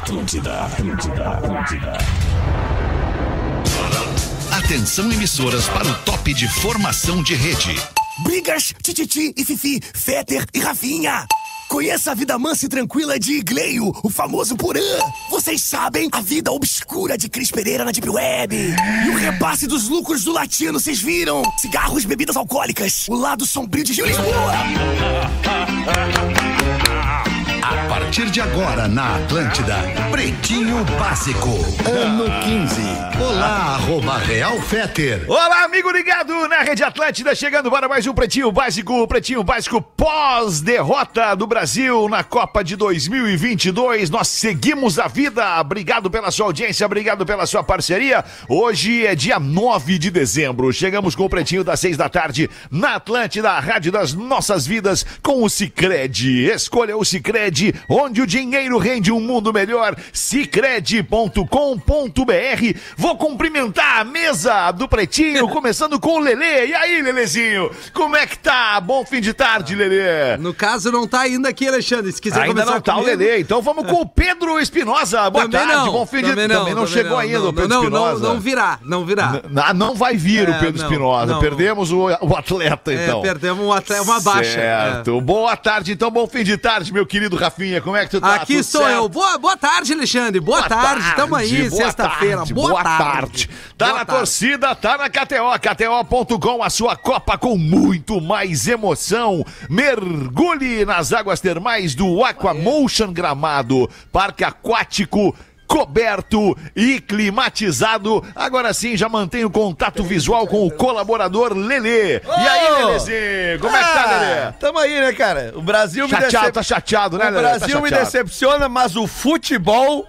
Atlântida. Atenção, emissoras, para o top de formação de rede. Brigas, Tititi e Fifi, Fetter e Rafinha. Conheça a vida mansa e tranquila de Igleio, o famoso Porã. Vocês sabem a vida obscura de Cris Pereira na Deep Web. E o repasse dos lucros do Latino, vocês viram? Cigarros, bebidas alcoólicas. O lado sombrio de Gil Lisboa. A partir de agora, na Atlântida, Pretinho Básico, ano 15. Olá, @Real Fetter. Olá, amigo ligado na Rede Atlântida, chegando para mais um Pretinho Básico pós-derrota do Brasil na Copa de 2022. Nós seguimos a vida. Obrigado pela sua audiência, obrigado pela sua parceria. Hoje é dia 9 de dezembro. Chegamos com o Pretinho das 6 da tarde na Atlântida, a rádio das nossas vidas, com o Sicredi. Escolha o Sicredi, onde o dinheiro rende um mundo melhor. Sicredi.com.br. Vou cumprimentar a mesa do Pretinho, começando com o Lelê. E aí, Lelezinho? Como é que tá? Bom fim de tarde, Lelê. No caso, não tá ainda aqui, Alexandre. Se quiser ainda não tá comigo... o Lelê. Então vamos com o Pedro Espinosa. Boa também tarde, não, bom fim de tarde. Também não chegou ainda o Pedro Espinosa. Não virá. Não vai vir o Pedro Espinosa. Perdemos o atleta, então. Perdemos um atleta, uma baixa. Certo. Boa tarde, então, bom fim de tarde, meu querido Rafinha. Como é que tu tá? Aqui estou eu. Boa tarde, Alexandre. Boa tarde. Tamo aí, sexta-feira. Boa tarde. Tá na torcida, tá na KTO. KTO.com, a sua Copa com muito mais emoção. Mergulhe nas águas termais do Aquamotion Gramado. Parque aquático coberto e climatizado. Agora sim, já mantenho contato visual com o colaborador Lelê. E aí, Lelezinho? Como é que tá, Lelê? Tamo aí, né, cara? O Brasil tá chateado, né, Lelê? O Brasil me decepciona, mas o futebol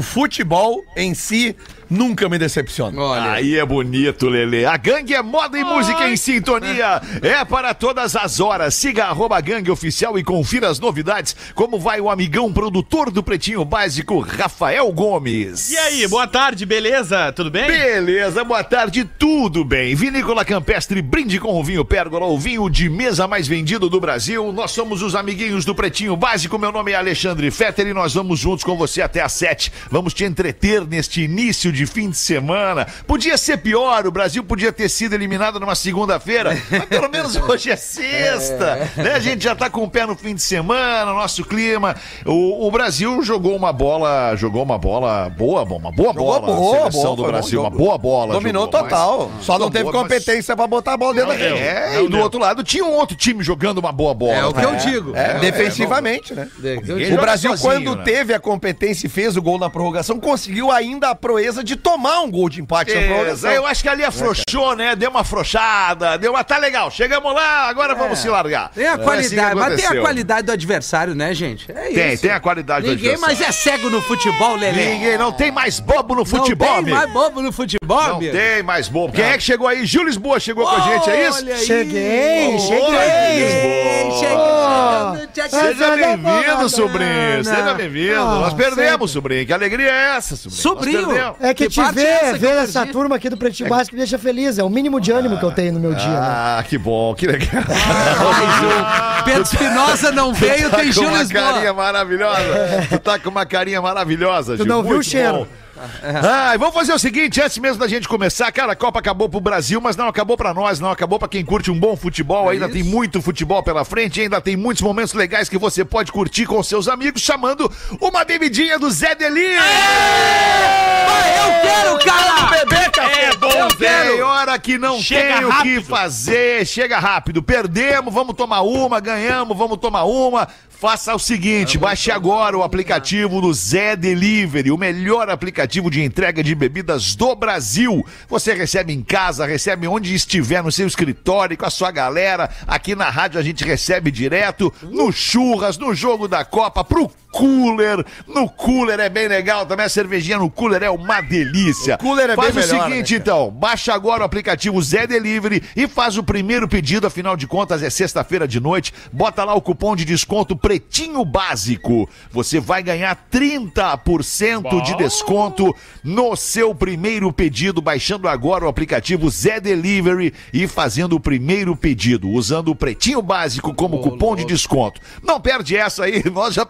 em si nunca me decepciona. Olha. Aí é bonito, Lelê. A Gangue é moda e música em sintonia. É para todas as horas. Siga @Gangue Oficial e confira as novidades. Como vai o amigão produtor do Pretinho Básico, Rafael Gomes. E aí, boa tarde, beleza? Tudo bem? Beleza, boa tarde, tudo bem. Vinícola Campestre, brinde com o vinho Pérgola, o vinho de mesa mais vendido do Brasil. Nós somos os amiguinhos do Pretinho Básico. Meu nome é Alexandre Fetter e nós vamos juntos com você até às 7. Vamos te entreter neste início de fim de semana. Podia ser pior, o Brasil podia ter sido eliminado numa segunda-feira, mas pelo menos hoje é sexta, né? A gente já tá com o pé no fim de semana, nosso clima. O Brasil jogou uma bola boa, uma boa bola. A seleção do Brasil, uma boa bola. Dominou total. Só não teve competência pra botar a bola dentro da rede. E do outro lado tinha um outro time jogando uma boa bola. É o que eu digo. Defensivamente, né? O Brasil, quando teve a competência e fez o gol na prorrogação, conseguiu ainda a proeza de tomar um gol de empate na prorrogação. Eu acho que ali afrouxou, né? Deu uma afrouxada, tá legal. Chegamos lá, agora vamos se largar. Tem a qualidade, mas tem a qualidade do adversário, né, gente? É isso. Tem a qualidade do adversário. Ninguém mais é cego no futebol, Lelê. Não tem mais bobo no futebol, amigo. Não tem mais bobo no futebol, amigo. Não tem mais bobo. Quem é que chegou aí? Gil Lisboa chegou com a gente, é isso? Cheguei. Seja bem-vindo, sobrinho. Seja bem-vindo. Nós perdemos, sobrinho. Que alegria é essa, sobrinho? É que te ver essa turma aqui do Pretinho Básico me deixa feliz. É o mínimo de ânimo que eu tenho no meu dia. Ah, que bom, que legal. Pedro Espinosa não veio, tem Gil Lisboa. Tu tá com uma carinha maravilhosa. Tu tá com uma carinha maravilhosa, Gil. Tu não viu o cheiro? Vamos fazer o seguinte, antes mesmo da gente começar, cara, a Copa acabou pro Brasil, mas não acabou pra nós, não acabou pra quem curte um bom futebol, ainda tem muito futebol pela frente, ainda tem muitos momentos legais que você pode curtir com seus amigos, chamando uma bebidinha do Zé Delivery. Eu quero, cara! Beber café é bom, tem hora que não tem o que fazer, chega rápido, perdemos, vamos tomar uma, ganhamos, vamos tomar uma. Faça o seguinte, baixe agora o aplicativo do Zé Delivery, o melhor aplicativo de entrega de bebidas do Brasil. Você recebe em casa, recebe onde estiver, no seu escritório, com a sua galera. Aqui na rádio a gente recebe direto, no churras, no jogo da Copa, pro cooler. No cooler é bem legal também, a cervejinha no cooler é uma delícia. O cooler é faz bem o melhor, seguinte, né, então, baixa agora o aplicativo Zé Delivery e faz o primeiro pedido, afinal de contas é sexta-feira de noite, bota lá o cupom de desconto Pretinho Básico. Você vai ganhar 30% de desconto no seu primeiro pedido, baixando agora o aplicativo Zé Delivery e fazendo o primeiro pedido, usando o Pretinho Básico como cupom de desconto. Não perde essa aí, nós já perdemos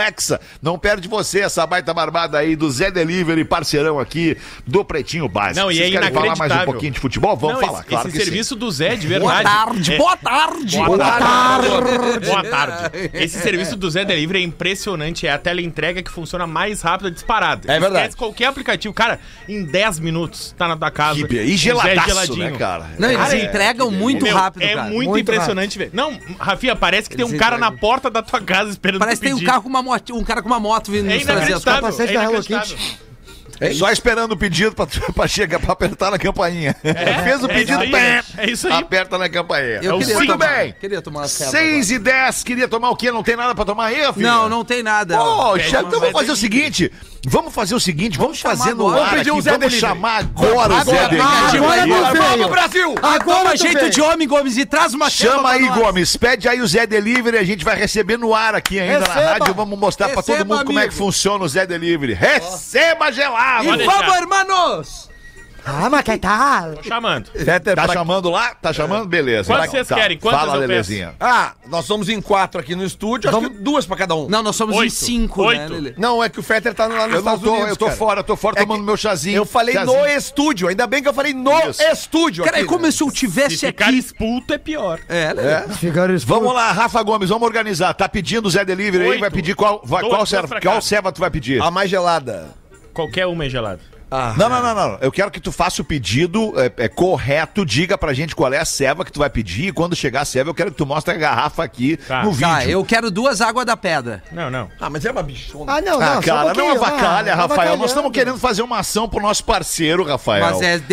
Hexa. Não perde você, essa baita barbada aí do Zé Delivery, parceirão aqui do Pretinho Básico. Não, e vocês é querem falar mais um inacreditável. pouquinho de futebol? Vamos falar, esse, claro esse que serviço do Zé, de verdade. Boa tarde. Boa tarde. Esse serviço do Zé Delivery é impressionante. É a teleentrega que funciona mais rápido, disparado. É verdade. Esquece qualquer aplicativo. Cara, em 10 minutos tá na tua casa. E geladaço, né, cara? Não, eles entregam muito rápido, É cara. muito impressionante ver. Não, Rafinha, parece que tem um cara na porta da tua casa esperando Parece que tem um cara com uma moto vindo É nos trazer as inacreditável. coisas. capacete da Hello Kitty. Só esperando o pedido pra chegar, pra apertar na campainha. Fez o pedido, é isso aí. aperta na campainha. Eu queria Muito tomar, bem. Queria tomar uma 6h10, queria tomar o quê? Não tem nada pra tomar aí, filho? Não tem nada. Poxa, então vamos fazer o seguinte. Vamos fazer no agora. ar aqui, Zé vamos Delivery. chamar agora o Zé Agora Delivery. veio. Brasil! Toma jeito de homem, Gomes, e traz uma Chama aí, pra nós. Gomes. Pede aí o Zé Delivery. A gente vai receber no ar aqui ainda na Receba. rádio. Vamos mostrar pra todo Receba, mundo como é que amigo. funciona o Zé Delivery. Receba gelado. E vamos, hermanos! Mas que tal? Tô chamando. Tá chamando lá? Tá chamando? Beleza. Quantos vocês querem? Quantas Fala, eu peço? Lelezinha. Nós somos em 4 aqui no estúdio, acho que 2 pra cada um. Não, nós somos em 8. 5, né, 8. Lelê? Não, é que o Fetter tá lá nos Eu não Estados Unidos, eu tô cara. fora É tomando que meu chazinho. Eu falei Chazinho. no estúdio, ainda bem que eu falei no Isso. estúdio. Cara, é aqui, como né? se eu tivesse Se ficar aqui. expulso é pior. Ficaram Vamos lá, Rafa Gomes, vamos organizar. Tá pedindo o Zé Delivery aí? 8. Vai pedir qual ceva tu vai pedir? A mais gelada. Qualquer uma é gelada. Não. Eu quero que tu faça o pedido correto, diga pra gente qual é a ceva que tu vai pedir. E quando chegar a ceva, eu quero que tu mostre a garrafa aqui no vídeo. Tá, eu quero 2 águas da pedra. Não. Mas é uma bichona. Não, Ah, só cara, um não pouquinho. avacalha, Rafael. Nós estamos avacalhando. querendo fazer uma ação pro nosso parceiro, Rafael. Mas é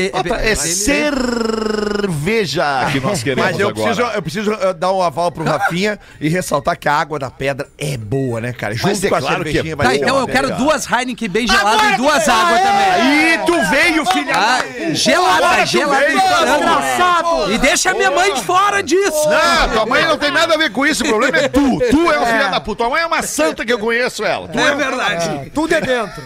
cerveja que nós queremos Mas eu agora. preciso dar um aval pro Rafinha e ressaltar que a água da pedra é boa, né, cara? Mas Junto é com a claro que é cervejinha boa, Tá, vai então eu né, quero cara? 2 Heineken bem geladas e 2 águas também. Aí tu veio, filha Gelada. Desgraçado. E deixa a minha mãe de fora disso. Não, tua mãe não tem nada a ver com isso. O problema é tu. Tu é o filho da puta. Tua mãe é uma santa que eu conheço ela. Tu É verdade. Tudo é dentro.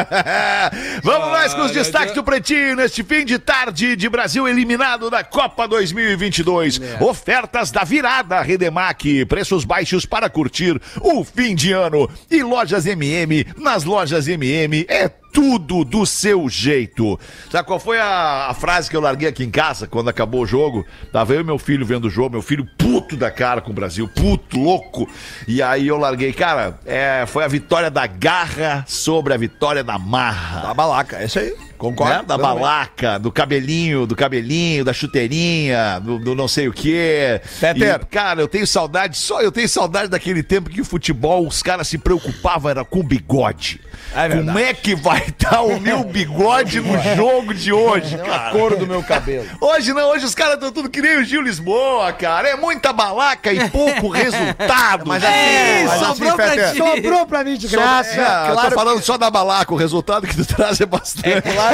Vamos nós com os destaques do Pretinho neste fim de tarde de Brasil eliminado da Copa 2022. Ofertas da virada Redemac, preços baixos para curtir o fim de ano. E Lojas MM, nas Lojas MM é tudo do seu jeito. Sabe qual foi a frase que eu larguei aqui em casa quando acabou o jogo? Tava eu e meu filho vendo o jogo, meu filho puto da cara com o Brasil, puto, louco. E aí eu larguei, cara, foi a vitória da garra sobre a vitória da marra. Da balaca, é isso aí. Concordo. Né? Da balaca, do cabelinho, da chuteirinha, do não sei o quê. Peter. E, cara, eu tenho saudade daquele tempo que o futebol, os caras se preocupavam era com o bigode. É verdade. Como é que vai estar o meu bigode no jogo de hoje, cara? A cor do meu cabelo. Hoje não, hoje os caras estão tudo que nem o Gil Lisboa, cara. É muita balaca e pouco resultado. Mas assim, sobrou pra Fetter, ti. Sobrou pra mim de graça. Claro, tô falando só da balaca, o resultado que tu traz é bastante.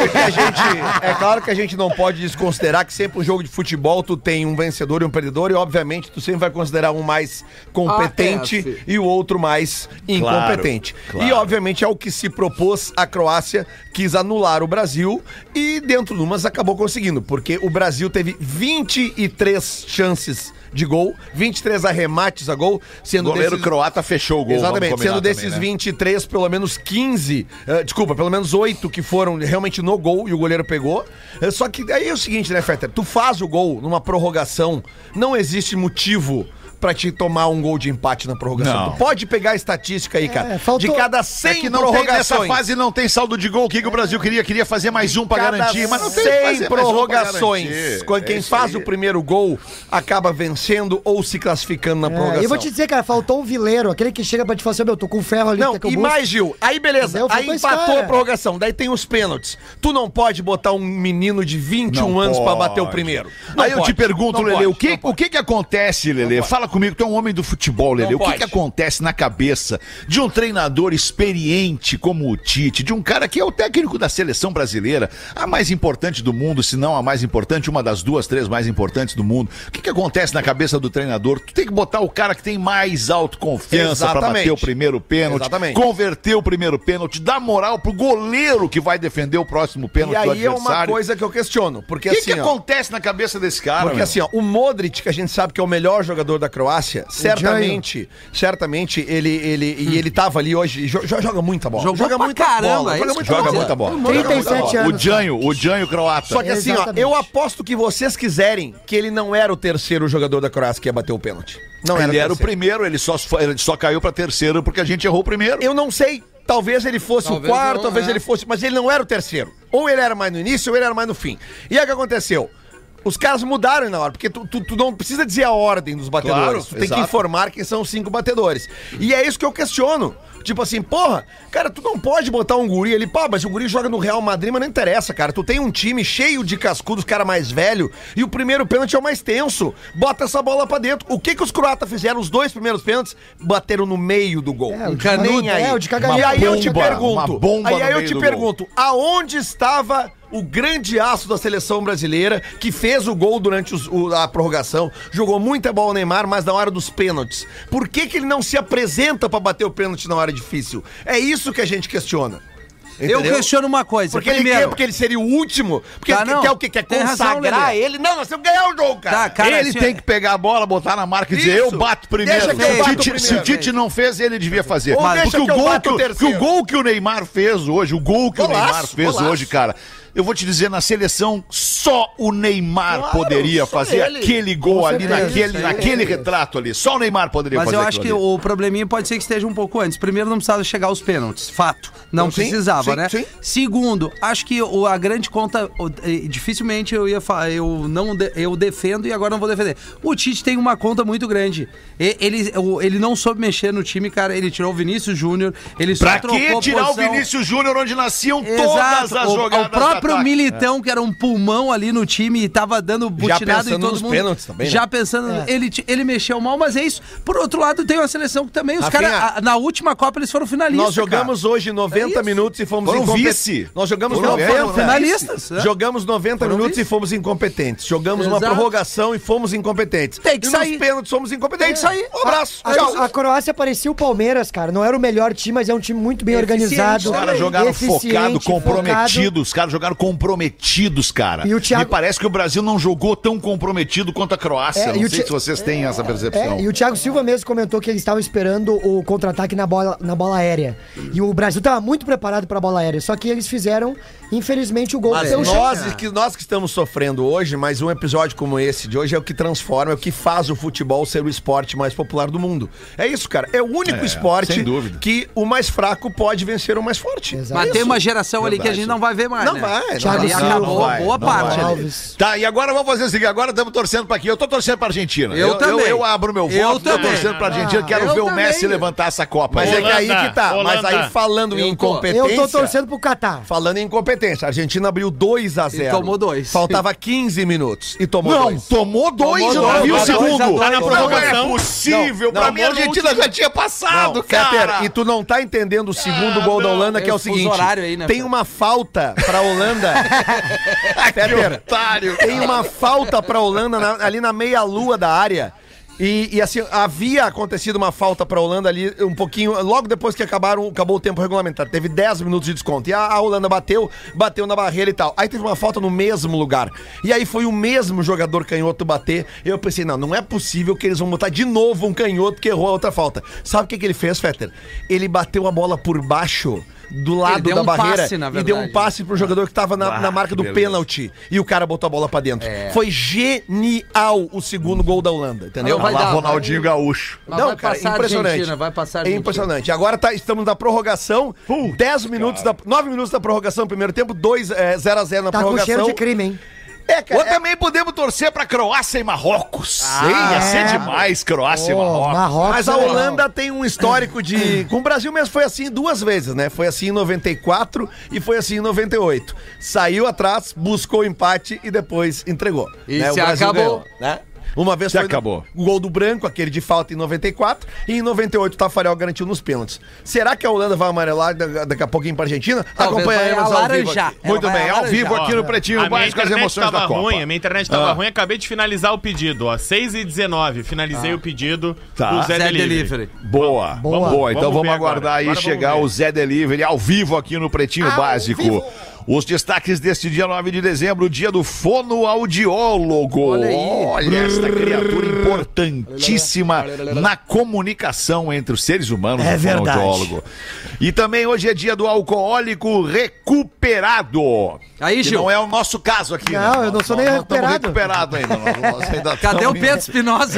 É claro que a gente não pode desconsiderar que sempre um jogo de futebol tu tem um vencedor e um perdedor e obviamente tu sempre vai considerar um mais competente e o outro mais incompetente. Claro. E obviamente é o que se propôs a Croácia, quis anular o Brasil e dentro de umas acabou conseguindo, porque o Brasil teve 23 chances de gol, 23 arremates a gol, sendo O goleiro croata fechou o gol. Exatamente, sendo desses também, né? 23, pelo menos 15, pelo menos 8 que foram realmente no gol e o goleiro pegou. Só que aí é o seguinte, né, Fetter? Tu faz o gol numa prorrogação, não existe motivo pra te tomar um gol de empate na prorrogação. Não. Tu pode pegar a estatística aí, cara. faltou- De cada 100 É que não tem, nessa prorrogações. fase não tem saldo de gol. O que o Brasil queria fazer mais um pra Cada garantir, mas não tem que 100 fazer mais um pra prorrogações. garantir. Quem É isso faz aí. o primeiro gol acaba vencendo ou se classificando na prorrogação. E eu vou te dizer, cara, faltou um vileiro, aquele que chega pra te falar assim, meu, tô com ferro ali, Não, quer que eu e busque? mais, Gil, aí beleza, Entendeu? aí Faltou esse empatou cara. a prorrogação, daí tem os pênaltis. Tu não pode botar um menino de 21 Não anos pra pode. bater o primeiro. Não Aí eu pode, te pergunto, não Lelê, pode, o que acontece, Lelê? Fala comigo, tu é um homem do futebol, Lelê. Não O que pode. acontece na cabeça de um treinador experiente como o Tite, de um cara que é o técnico da seleção brasileira, a mais importante do mundo, se não a mais importante, uma das 2, 3 mais importantes do mundo. O que acontece na cabeça do treinador? Tu tem que botar o cara que tem mais autoconfiança pra Exatamente. bater o primeiro pênalti, Exatamente. converter o primeiro pênalti, dar moral pro goleiro que vai defender o próximo E pênalti do aí é uma adversário. coisa que eu questiono, porque O que assim, ó, acontece na cabeça desse cara, porque meu? assim, ó, o Modric, que a gente sabe que é o melhor jogador da Croácia, certamente ele tava ali hoje e joga muita bola. Jogou joga pra muita caramba, bola. é isso Joga muita bola. 37 anos. O Janho croata. Só que assim, ó, Exatamente. eu aposto que vocês quiserem que ele não era o terceiro jogador da Croácia que ia bater o pênalti. Não Ele era o terceiro. primeiro, ele só caiu pra terceiro porque a gente errou o primeiro. Eu não sei. Talvez ele fosse Talvez o quarto, não, talvez é. ele fosse... Mas ele não era o terceiro. Ou ele era mais no início, ou ele era mais no fim. E aí o que aconteceu? Os caras mudaram na hora, porque tu não precisa dizer a ordem dos batedores. Claro, Tu tem que exato. informar quem são os 5 batedores. E é isso que eu questiono. Tipo assim, porra, cara, tu não pode botar um guri ali, pá, mas o guri joga no Real Madrid, mas não interessa, cara. Tu tem um time cheio de cascudos, cara mais velho, e o primeiro pênalti é o mais tenso. Bota essa bola pra dentro. O que os croatas fizeram? Os 2 primeiros pênaltis bateram no meio do gol. o de Nem canudo, aí. o de cagadinho. E aí eu te Uma pergunto, bomba no meio do pergunto, aonde estava o grande aço da seleção brasileira que fez o gol durante a prorrogação, jogou muita bola o Neymar, mas na hora dos pênaltis? Por que ele não se apresenta pra bater o pênalti na hora difícil? É isso que a gente questiona. Eu Entendeu? questiono uma coisa. Porque Primeiro, ele quer, porque ele seria o último, porque Tá, ele não. quer o quê? Quer Tem razão, consagrar Lelê. ele? Não, nós temos que ganhar o jogo, cara. Tá, cara, Ele assim, tem que pegar a bola, botar na marca e dizer, Isso. eu bato primeiro. Deixa que eu bato Se o Tite não fez, ele devia fazer. Ou Mas deixa porque que eu bato o terceiro. o gol que o Neymar fez hoje, o gol que o Golaço, Neymar fez golaço. hoje, cara... Eu vou te dizer, na seleção, só o Neymar Claro, poderia só fazer ele. aquele gol Com ali, certeza. naquele retrato ali. Só o Neymar poderia Mas fazer eu acho que aquilo ali. o probleminha pode ser que esteja um pouco antes. Primeiro, não precisava chegar aos pênaltis. Fato. Não Sim, precisava, sim, né? sim. Segundo, acho que a grande conta, dificilmente eu ia falar, eu defendo e agora não vou defender. O Tite tem uma conta muito grande. Ele não soube mexer no time, cara. Ele tirou o Vinícius Júnior, ele só Pra trocou que tirar posição. o Vinícius Júnior onde nasciam todas Exato. as jogadas O próprio de ataque? Militão, que era um pulmão ali no time e tava dando butinado em pensando todo nos mundo. pênaltis também, né? Já pensando, ele mexeu mal, mas é isso. Por outro lado, tem uma seleção que também, os Rafinha, caras, na última Copa eles foram finalistas. Nós jogamos hoje 90 isso. minutos e fomos Foram incompetentes. vice. Nós jogamos Foram 90 finalistas, é. Jogamos 90 Foram minutos vice. e fomos incompetentes. Jogamos uma Exato. prorrogação e fomos incompetentes. Tem que e sair. nos pênaltis fomos incompetentes. Tem que sair. Um abraço. Tchau. A Croácia parecia o Palmeiras, cara. Não era o melhor time, mas é um time muito bem organizado. Os caras jogaram eficiente, focado, comprometidos. focado. Os caras jogaram comprometidos, cara. E o Thiago- Me parece que o Brasil não jogou tão comprometido quanto a Croácia. É, e Não o sei Thi- se vocês têm essa percepção. E o Thiago Silva mesmo comentou que eles estavam esperando o contra-ataque na bola aérea. E o Brasil estava muito preparado para a bola aérea. Só que eles fizeram, infelizmente, o gol Mas pelo chão. nós que estamos sofrendo hoje, mas um episódio como esse de hoje é o que transforma, é o que faz o futebol ser o esporte mais popular do mundo. É isso, cara. É o único esporte sem dúvida. que o mais fraco pode vencer o mais forte. Exato. Mas É tem isso. uma geração ali que a gente não vai ver mais, Não né? vai, não Thiago Ali Silva, acabou não vai, boa não parte. vai. ali. Alves. Tá, e agora vamos fazer o seguinte, agora estamos torcendo pra aqui. Eu tô torcendo pra Argentina. Eu também. Eu abro meu Eu voto, tô também. torcendo pra Argentina, quero eu ver o também. Messi levantar essa Copa. Mas aí. é que aí que tá. Mas Holanda. aí falando em Eu tô incompetência... Eu tô torcendo pro Catar. Falando em incompetência, a Argentina abriu 2-0. E tomou 2. Faltava 15 minutos e tomou Não, 2. tomou dois, Tomou eu não dois, vi o tá 2 a segundo. 2. Tá na Não é prorrogação. possível. Não, Pra mim a tomou no Argentina último. já tinha passado, Não, cara. Fetter, e tu não tá entendendo o segundo gol da Holanda, que é o Esse fuso seguinte: horário aí, né, tem Fetter? uma falta pra Holanda. Que Fetter, otário. tem uma falta pra Holanda ali na meia-lua da área. E assim, havia acontecido uma falta pra Holanda ali um pouquinho, logo depois que acabou o tempo regulamentar. Teve 10 minutos de desconto. E a Holanda bateu na barreira e tal. Aí teve uma falta no mesmo lugar. E aí foi o mesmo jogador canhoto bater. E eu pensei, não é possível que eles vão botar de novo um canhoto que errou a outra falta. Sabe o que ele fez, Fetter? Ele bateu a bola por baixo do lado deu da um barreira passe, na e deu um verdade. passe pro jogador que tava na marca do beleza. pênalti e o cara botou a bola pra dentro. Foi genial o segundo gol da Holanda, entendeu? Não, vai Lá, dar, Ronaldinho Gaúcho. Mas Não, vai cara, passar a impressionante. Argentina, vai passar a É Argentina. impressionante. Agora estamos na prorrogação. 9 minutos da prorrogação, primeiro tempo, 0-0 na Tá com prorrogação. cheiro de crime, hein? É, cara, Ou também podemos torcer pra Croácia e Marrocos. Ia ser demais, Croácia e Marrocos. Marrocos. Mas a é legal. Holanda tem um histórico de... Com o Brasil mesmo foi assim 2 vezes, né? Foi assim em 94 e foi assim em 98. Saiu atrás, buscou o empate e depois entregou. E né? se O Brasil acabou. ganhou, né? Uma vez Se foi acabou. o gol do Branco, aquele de falta em 94, e em 98 o Tafarel garantiu nos pênaltis. Será que a Holanda vai amarelar daqui a pouquinho pra Argentina? Talvez Acompanharemos vai ao vivo alaranjar. aqui. Ela Muito vai bem, ao alaranjar. vivo aqui no Pretinho A minha Básico, as internet emoções da tava Copa. ruim, a minha internet tava ruim, acabei de finalizar o pedido, ó, 6h19, finalizei o pedido Tá. do Zé Zé Delivery. Delivery. Boa, Boa. boa. Então Vamos vamos ver aguardar agora. aí Agora chegar vamos ver. o Zé Delivery ao vivo aqui no Pretinho Básico. Os destaques deste dia 9 de dezembro, dia do fonoaudiólogo. Olha aí. Olha esta criatura importantíssima na comunicação entre os seres humanos. É o verdade. fonoaudiólogo. E também hoje é dia do alcoólico recuperado. Aí, Que Gil. não é o nosso caso aqui. Não, né? eu não sou nem Nós estamos recuperado. recuperados ainda. Nós ainda Cadê o estamos Pedro Espinosa?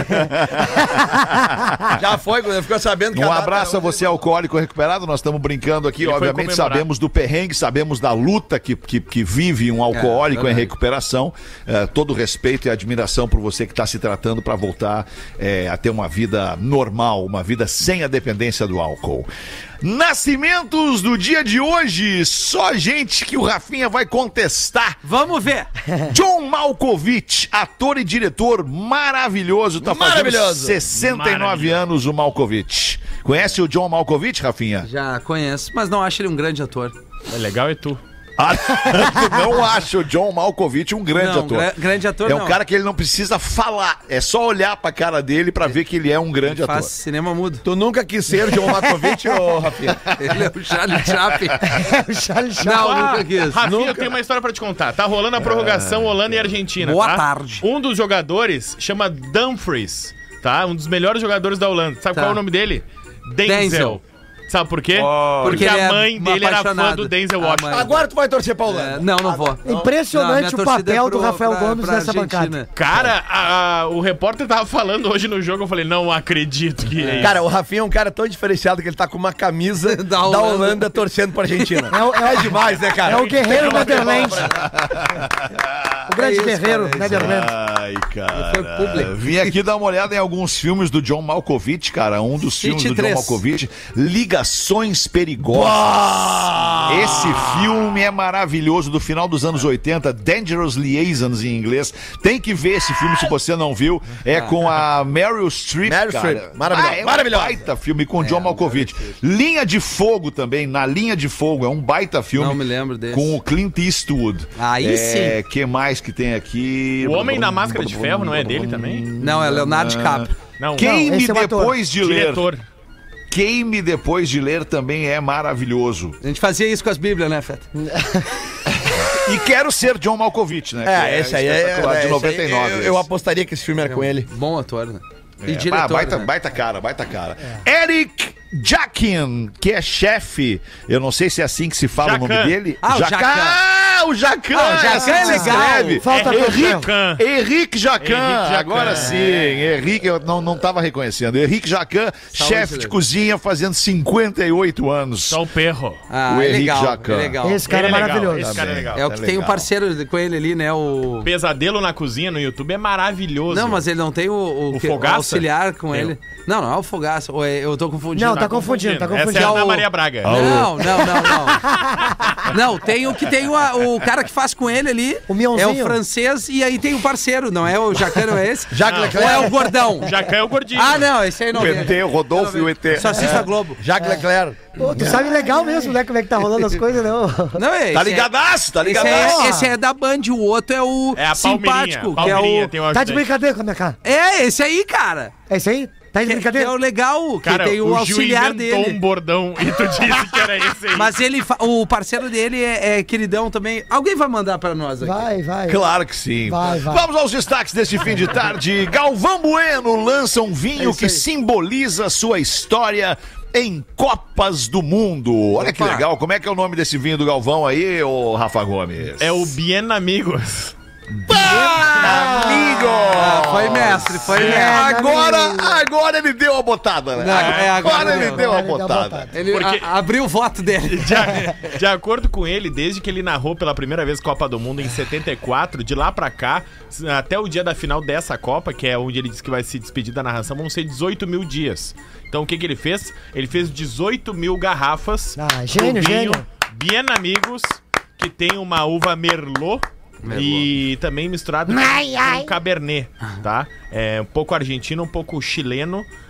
Já foi, quando ficou sabendo que Um a data abraço a era você, alcoólico recuperado. Nós estamos brincando aqui. Ele foi Obviamente, comemorar. sabemos do perrengue, sabemos da luta que vive um alcoólico em verdade. recuperação. Todo respeito e admiração por você que está se tratando para voltar a ter uma vida normal, uma vida sem a dependência do álcool. Nascimentos do dia de hoje, só gente que o Rafinha vai contestar. Vamos ver. John Malkovich, ator e diretor maravilhoso, tá fazendo Maravilhoso. 69 Maravilhoso. anos o Malkovich. Conhece o John Malkovich, Rafinha? Já conheço, mas não acho ele um grande ator. É legal, é tu. Tu não acha o John Malkovich um grande Não, ator. grande ator É um não. cara que ele não precisa falar, é só olhar pra cara dele pra ver que ele é um grande Faz ator. cinema mudo. Tu nunca quis ser John Malkovich, ô Rafinha? Ele é o Charlie Chaplin. O Charlie Chaplin. Não, nunca quis. Rafinha, eu tenho uma história pra te contar. Tá rolando a prorrogação Holanda e Argentina. Boa tá? tarde. Um dos jogadores chama Dumfries, tá? Um dos melhores jogadores da Holanda. Sabe Tá. qual é o nome dele? Denzel. Sabe por quê? Porque Porque ele é a mãe dele era fã apaixonado. do Denzel A Washington. mãe. Agora tu vai torcer pra Holanda. Não vou. Impressionante Não, o minha torcida papel é do Rafael Gomes pra nessa Argentina. bancada. Cara, o repórter tava falando hoje no jogo, eu falei, não acredito que é isso. Cara, o Rafinha é um cara tão diferenciado que ele tá com uma camisa Da da Holanda. Holanda torcendo pra Argentina. É demais, né, cara? É o guerreiro Netherlands. O grande É isso, guerreiro cara, é isso. Netherlands. Ai, cara. Foi público. Vim aqui dar uma olhada em alguns filmes do John Malkovich, cara. Um dos filmes do John 23. Malkovich, Ligações Perigosas. Esse filme é maravilhoso, do final dos anos 80, Dangerous Liaisons em inglês. Tem que ver esse filme se você não viu. É com a Meryl Streep, Meryl cara. Streep, maravilhosa, É um maravilhosa. baita filme com John Malkovich. Linha de Fogo também, Na Linha de Fogo, é um baita filme. Não me lembro desse. Com o Clint Eastwood. Aí sim. Que mais que tem aqui? O Homem da Máscara de Ferro não é dele também? Não, é Leonardo DiCaprio. Não, Queime esse é o ator. depois de ler. diretor. Queime depois de ler também é maravilhoso. A gente fazia isso com as bíblias, né, Feta? E Quero Ser John Malkovich, né? É, esse aí é espetacular, de esse aí 99. eu apostaria que esse filme era com ele. Bom ator, né? E É, diretor, baita, né? baita cara, baita cara. Eric Jacan, que é chefe, eu não sei se é assim que se fala o nome Jacan. dele. Ah, o Jacan. O Jacan! Ah, o Jacan assim é que se legal. escreve. Falta Henrique Jacan. Henrique Jacan, Henrique Jacan. agora sim. Henrique, eu não tava reconhecendo. Henrique Jacan, chefe de Leandro. cozinha, fazendo 58 anos. Só o perro. Ah, O é Henrique legal, Jacan. é legal. Esse cara é Ele maravilhoso. Esse cara é legal. É o que tem o legal. parceiro com ele ali, né? O... Pesadelo na Cozinha no YouTube é maravilhoso. Não, mas ele não tem o Fogaça? auxiliar com Tem. ele. Não, não é o Fogaça. Ou é- eu tô confundindo. Não, tá confundindo. Essa é a Ana Maria Braga. Não. Não, tem o que tem o cara que faz com ele ali. O Mionzinho. É o francês e aí tem o parceiro, não é o Jacan, não é esse? Jacques Ou Leclerc. é o gordão? Jacan é o gordinho. Ah, não, esse aí não O vejo. ET, o Rodolfo e o ET. Só assista a Globo. Jacques Leclerc. Pô, tu sabe legal mesmo, né? Como é que tá rolando as coisas, não? Não, é Tá esse ligadaço, tá Esse ligadaço. esse é da Band, o outro é o É a simpático, Palmeirinha. que é Palmeirinha o... tem o Tá de ajudante. brincadeira com a minha cara. É, esse aí, cara. É isso aí? Tá de Que é brincadeira? o legal, que Cara, tem o o Gil auxiliar inventou dele. um bordão e tu disse que era esse aí. Mas ele, o parceiro dele é queridão também. Alguém vai mandar pra nós aqui. Vai. Claro que sim. Vai. Vamos aos destaques deste fim de tarde. Galvão Bueno lança um vinho que aí. simboliza sua história em Copas do Mundo. Olha que Opa. legal. Como é que é o nome desse vinho do Galvão aí, ô Rafa Gomes? É o Bien Amigos. Amigo! Foi mestre. Agora ele deu a botada, né? Não, agora ele deu a Agora ele deu a botada. botada. Ele Porque- abriu o voto dele. De acordo com ele, desde que ele narrou pela primeira vez Copa do Mundo em 74, de lá pra cá, até o dia da final dessa Copa, que é onde ele disse que vai se despedir da narração, vão ser 18 mil dias. Então o que ele fez? Ele fez 18 mil garrafas Ah, gênio, do vinho gênio. Bien Amigos, que tem uma uva Merlot. E também misturado com Cabernet, tá? É um pouco argentino, um pouco chileno,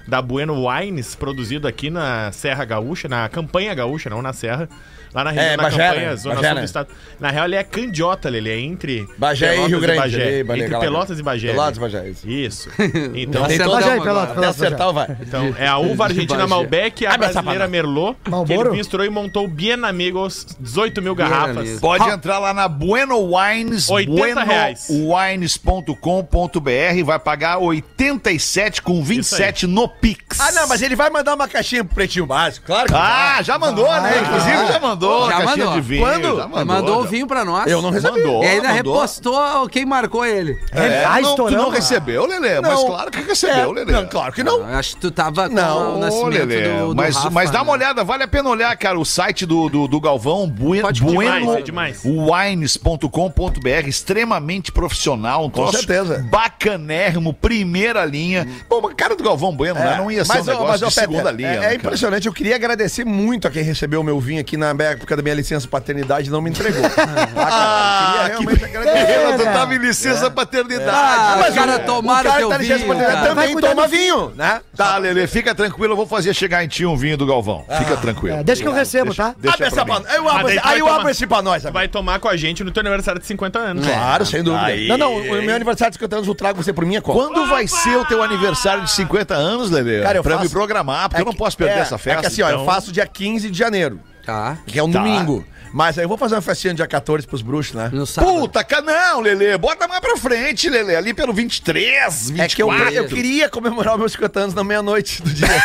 da Bueno Wines, produzido aqui na Serra Gaúcha, na Campanha Gaúcha, não na Serra. Lá na região da Bagé, Campanha, né? zona Bagé, sul né? do estado. Na real, ele é candiota, ele é entre Bagé e Rio Grande. Bagé. Ali, Entre Pelotas e Bagé. Pelotas e Bagé. Isso. Então, Tem Bagé, toda uma Pelotas, agora. Pelotas. Até acertar, vai. então, é a uva argentina Bagé. Malbec e a brasileira Merlot, que ele Marlboro? misturou e montou o Bien Amigos, 18 mil Bien garrafas. Amigos. Pode entrar lá na Bueno Wines, R$80. buenowines.com.br, vai pagar 87 com 27 no Pix. Ah, não, mas ele vai mandar uma caixinha pro Pretinho Básico, claro que Ah, já mandou, né? Inclusive já mandou Já a caixinha mandou. de vinho. Quando? Já Ele mandou o já. vinho pra nós. Eu não recebi. Mandou, E ainda mandou. repostou quem marcou ele. Não, tu não estouramos. recebeu, Lelê, mas Não. claro que recebeu, Lelê. Não, claro que não. Eu acho que tu tava com Não, o nascimento Lelê, do mas Rafa, dá uma né? olhada, vale a pena olhar, cara, o site do Galvão, Pode demais, é demais. wines.com.br, extremamente profissional, um troço certeza. bacanérrimo, primeira linha. Bom, a cara do Galvão Bueno, né? Não ia ser um negócio de segunda linha. É né, cara? impressionante. Eu queria agradecer muito a quem recebeu o meu vinho aqui na época da minha licença paternidade e não me entregou. Ah, eu queria realmente agradecer. pena, tu tava em licença paternidade. Ah, Mas cara, tomaram teu tá licença vinho, paternidade cara. Vai também cuidar toma do vinho, né? Tá, Lelê, fica tranquilo, eu vou fazer chegar em ti um vinho do Galvão. Fica tranquilo. Deixa que eu recebo, tá? Deixa Abre pra essa mim. pra- eu Mas abro daí esse- tu vai Aí eu tomar. abro esse pra nós, Tu amigo. vai tomar com a gente no teu aniversário de 50 anos. Claro, sem dúvida. Aí, Não, o meu aniversário de 50 anos eu trago você por minha conta. Quando vai ser o teu aniversário de 50 anos, Lelê? Cara, eu pra faço- me programar, porque eu não posso perder essa festa. É que assim, ó, eu então- faço dia 15 de janeiro, Tá. que é um Tá. domingo. Mas aí eu vou fazer uma festinha dia 14 pros bruxos, né? No sábado. Puta, não, Lelê, bota mais pra frente, Lelê, ali pelo 23, 24. É que eu queria comemorar os meus 50 anos na meia-noite do dia.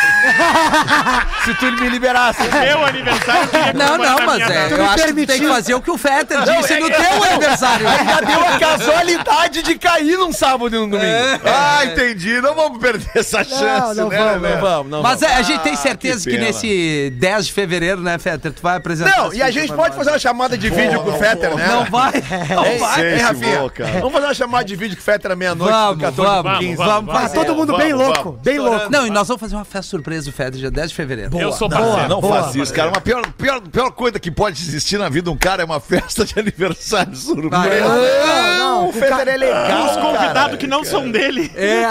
Se tu me liberasse. Meu aniversário, eu queria Não, comemorar não, na mas minha é, data. eu acho que tu tem que permitiu. fazer o que o Fetter disse no teu aniversário. Já deu a casualidade de cair num sábado e num domingo. Ah, entendi, não vamos perder essa chance, não né, vamos, Lelê? Não Mas a gente tem certeza que que pena. nesse 10 de fevereiro, né, Fetter, tu vai apresentar. Não, esse e a vídeo gente pra pode nós. fazer uma chamada de vídeo com o Fetter, né? Não vai. Não Ei, vai. ei, se Rafinha, vou, cara. vamos fazer uma chamada de vídeo com o Fetter à meia-noite, Vamos, do 14 pro vamos, 15. vamos Tá fazer. todo mundo bem vamos, louco, bem louco. Não, e nós vamos fazer uma festa surpresa do Fetter dia 10 de fevereiro. Eu sou Boa. parceiro. Não Boa. faz isso, cara. Uma pior coisa que pode existir na vida de um cara é uma festa de aniversário surpresa. Não, o Fetter é legal, Os convidados que não são dele.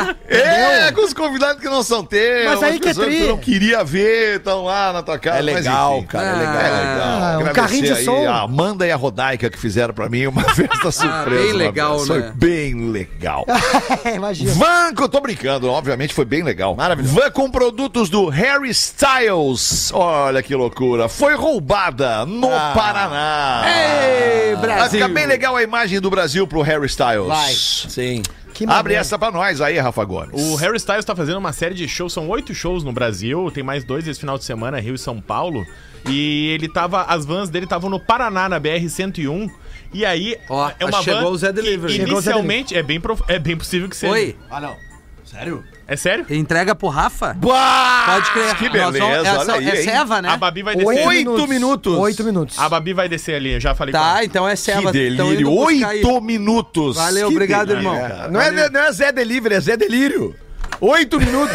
É. Com os convidados que não são teus. Mas aí as que é pessoas tri. tu não queria ver, estão lá na tua casa. É mas legal, enfim. cara, é É legal. legal. Ah, um Agradecer carrinho de aí som. a Amanda e a Rodaica que fizeram pra mim uma festa surpresa. bem uma legal, vez. né? Foi bem legal. Imagina. Van, que eu tô brincando, obviamente foi bem legal. Maravilhoso. Van com produtos do Harry Styles. Olha que loucura. Foi roubada no Paraná. Ei, Vai Brasil. ficar bem legal a imagem do Brasil pro Harry Styles. Vai. Sim. Que Abre maneiro. essa pra nós aí, Rafa Gomes. O Harry Styles tá fazendo uma série de shows, são 8 shows no Brasil, tem mais 2 esse final de semana, Rio e São Paulo. E ele tava, as vans dele estavam no Paraná, na BR-101. E aí, Ó, é uma chegou van o Zé que Delivery. Chegou o Zé inicialmente, é bem possível que seja. Oi, Ah, não. Sério? É sério? entrega pro Rafa? Bah! Pode crer. Que Nós beleza, vamos- olha aí, é hein? Seva, né? A Babi vai descer. 8 minutos. 8 minutos. A Babi vai descer ali, eu já falei com Tá, ela. então é Que Seva. Tão delírio. indo buscar aí. 8 minutos. Valeu, Que obrigado, delírio, irmão. cara. Não é Zé Delivery, é Zé Delírio. 8 minutos.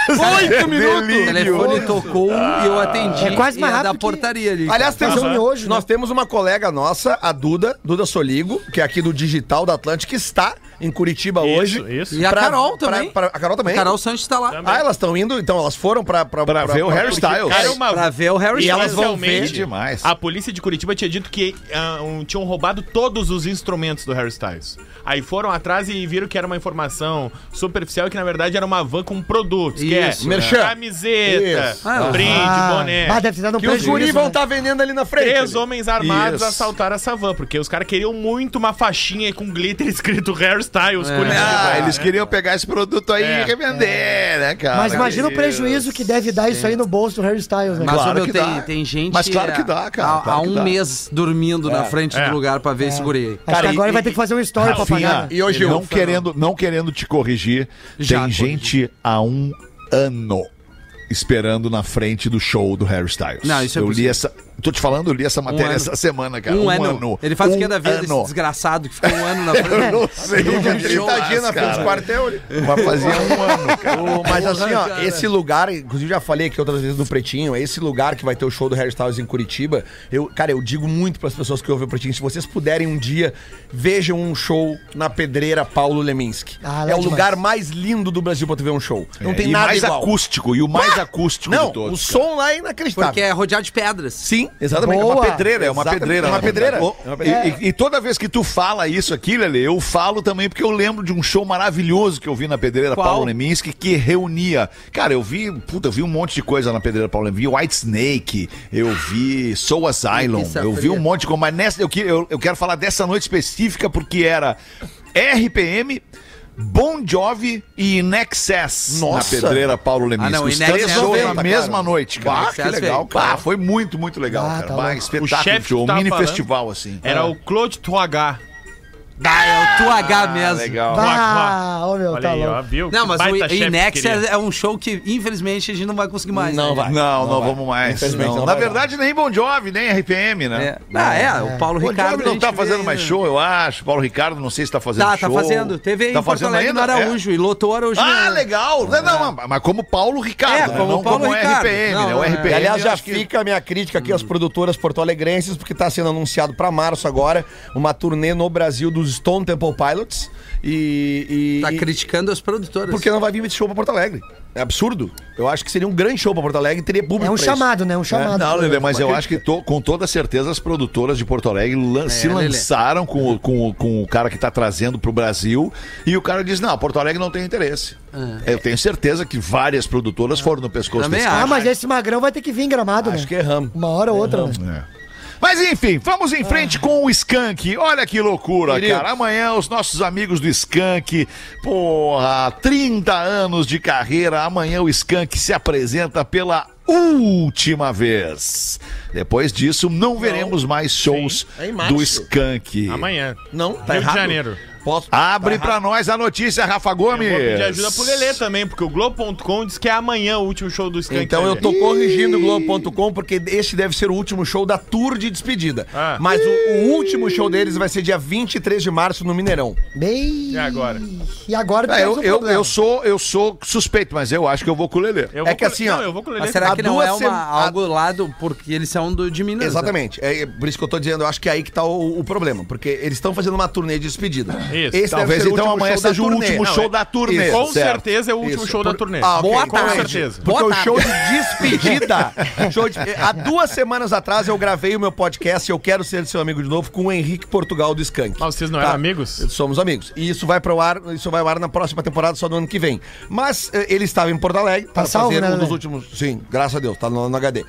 8 minutos. O telefone tocou e eu atendi. É quase mais e é da rápido que- portaria ali. Aliás, cara. temos miojo, nós temos uma colega nossa, a Duda Soligo, que é aqui do Digital da Atlântica, que está em Curitiba hoje. Isso. E a Carol também. A Carol também? Carol Santos tá lá. Ah, elas estão indo, então elas foram pra ver o Harry Curitiba. Styles. Cara, é uma Pra ver o Harry E Styles. elas vão ver Inicialmente, demais. A polícia de Curitiba tinha dito que tinham roubado todos os instrumentos do Harry Styles. Aí foram atrás e viram que era uma informação superficial e que na verdade era uma van com produtos. Que Isso. é Merchan. camiseta, Isso. brinde, boné. Bah, deve ter dado um Que os prejuízo. guris vão né? estar vendendo ali na frente. 3 homens armados Isso. assaltaram essa van, porque os caras queriam muito uma faixinha com glitter escrito Harry Styles Curitiba. Ah, eles queriam pegar esse produto aí e revender, né, cara? Mas imagina o Que prejuízo que deve dar isso aí no bolso do Harry Styles, né? Mas, Claro ô, meu, que tem, dá. tem gente Mas claro que dá, cara, há claro que um dá. mês dormindo na frente do lugar pra ver esse guri aí. Acho que agora ele vai ter que fazer um story pra pagar. Rafinha, né? E hoje não querendo te corrigir, Já tem gente há um ano esperando na frente do show do Harry Styles. Não, isso é Eu li possível. essa... Tô te falando, eu li essa matéria essa semana, cara. Um ano. Ele faz o que da vida, esse ano. desgraçado que ficou um ano na frente. Eu não sei o que ele Tadinha na frente do faz, quartel ali. mas fazia um ano, cara. Mas assim, ó, cara. esse lugar, inclusive já falei aqui outras vezes no Pretinho, esse lugar que vai ter o show do Harry Styles em Curitiba, eu digo muito pras pessoas que ouvem o Pretinho, se vocês puderem um dia, vejam um show na Pedreira Paulo Leminski. Ah, É o demais. lugar mais lindo do Brasil pra tu ver um show. Não tem e nada mais igual. acústico, e o mais acústico Não, de todos. o som lá é inacreditável. Porque é rodeado de pedras. Sim, exatamente. Boa. É uma Pedreira, é uma Exatamente, pedreira. é uma na verdade. pedreira. E toda vez que tu fala isso aqui, Lelê, eu falo também porque eu lembro de um show maravilhoso que eu vi na Pedreira Qual? Paulo Leminski, que reunia. Cara, eu vi um monte de coisa na Pedreira Paulo Leminski. Vi White Snake, eu vi Soul Asylum, Isso, eu vi um monte de coisa. Mas nessa, eu quero falar dessa noite específica porque era RPM, Bon Jovi e In Excess Nossa. na Pedreira Paulo Leminski. não, Os In três Excess shows veio, na cara. mesma noite, cara. Bah, Ah, que Excess legal, veio. cara. foi muito, muito legal, Ah, cara. tá Bah, louco. espetáculo O chefe de show, que tava mini falando festival, assim. Era o Claude Toagar. É o 2H mesmo. Legal. Ah, ô meu, Olha tá aí, ó, louco. viu? Não, mas Baita o chefe Inex que queria. é um show que, infelizmente, a gente não vai conseguir mais. Não né? vai. Não vai. vamos mais. Infelizmente Não. não Na vai, verdade, nem Bon Jovi, nem RPM, né? O Paulo Bon Ricardo. Jovi não a gente tá vê fazendo ainda. mais show, eu acho. Paulo Ricardo, não sei se tá fazendo Tá, show. tá fazendo. Teve aí Tá em Porto fazendo Alegre no ainda? Araújo e lotou o Araújo. Ah, né? legal. Não, mas como Paulo Ricardo, É, né? como Não Paulo como Ricardo. RPM, Não, né? O é. RPM, E, aliás, eu já acho que- fica a minha crítica aqui às produtoras porto-alegrenses, porque tá sendo anunciado pra março agora uma turnê no Brasil dos Stone Temple Pilots. Tá criticando as produtoras. Porque não vai vir esse show pra Porto Alegre. É absurdo. Eu acho que seria um grande show pra Porto Alegre e teria público É um pra isso. chamado, né? Um chamado. Não, Lelê, mas eu acho que com toda certeza as produtoras de Porto Alegre se Lelê. lançaram com o cara que tá trazendo pro Brasil e o cara diz, não, Porto Alegre não tem interesse. Eu tenho certeza que várias produtoras foram no pescoço Também desse acho. cara. Ah, mas esse magrão vai ter que vir em Gramado, Acho né? que erramos. Uma hora ou outra, né? Mas enfim, vamos em frente com o Skank. Olha que loucura, Queridos. cara. Amanhã os nossos amigos do Skank, porra, 30 anos de carreira. Amanhã o Skank se apresenta pela última vez. Depois disso, não veremos mais shows É em março. do Skank. Amanhã. Não, tá Rio de errado. Janeiro. Posso... Abre pra nós a notícia, Rafa Gomes. Eu vou pedir ajuda pro Lelê também, porque o Globo.com diz que é amanhã o último show do Skank. Então eu Lelê. tô corrigindo o Globo.com porque esse deve ser o último show da tour de despedida. Ah. Mas o último show deles vai ser dia 23 de março no Mineirão. Bem... E agora? E agora É, temos um problema. eu sou suspeito, mas eu acho que eu vou com o Lelê. Eu É vou que com- assim, ó, Não, eu vou com o Lelê. Mas será Há que não é duas algo lá do... Porque eles são de Minas. Exatamente. É por isso que eu tô dizendo, eu acho que é aí que tá o problema. Porque eles estão fazendo uma turnê de despedida. Isso. Esse Talvez deve ser o então último amanhã show da seja o turnê. último Não, show é- da turnê. Isso. Com certo. certeza é o último Isso. show da turnê. Ah, ok. Boa Com tarde. certeza. Porque Boa o show tarde. de despedida. Há 2 semanas atrás eu gravei o meu podcast Eu Quero Ser Seu Amigo de Novo com o Henrique Portugal do Skank. Mas vocês não eram amigos? Somos amigos. E isso vai pro ar, isso vai ao ar na próxima temporada, só no ano que vem. Mas ele estava em Porto Alegre para salvo, fazer né, um dos Lelê? últimos. Sim, graças a Deus, tá no HD.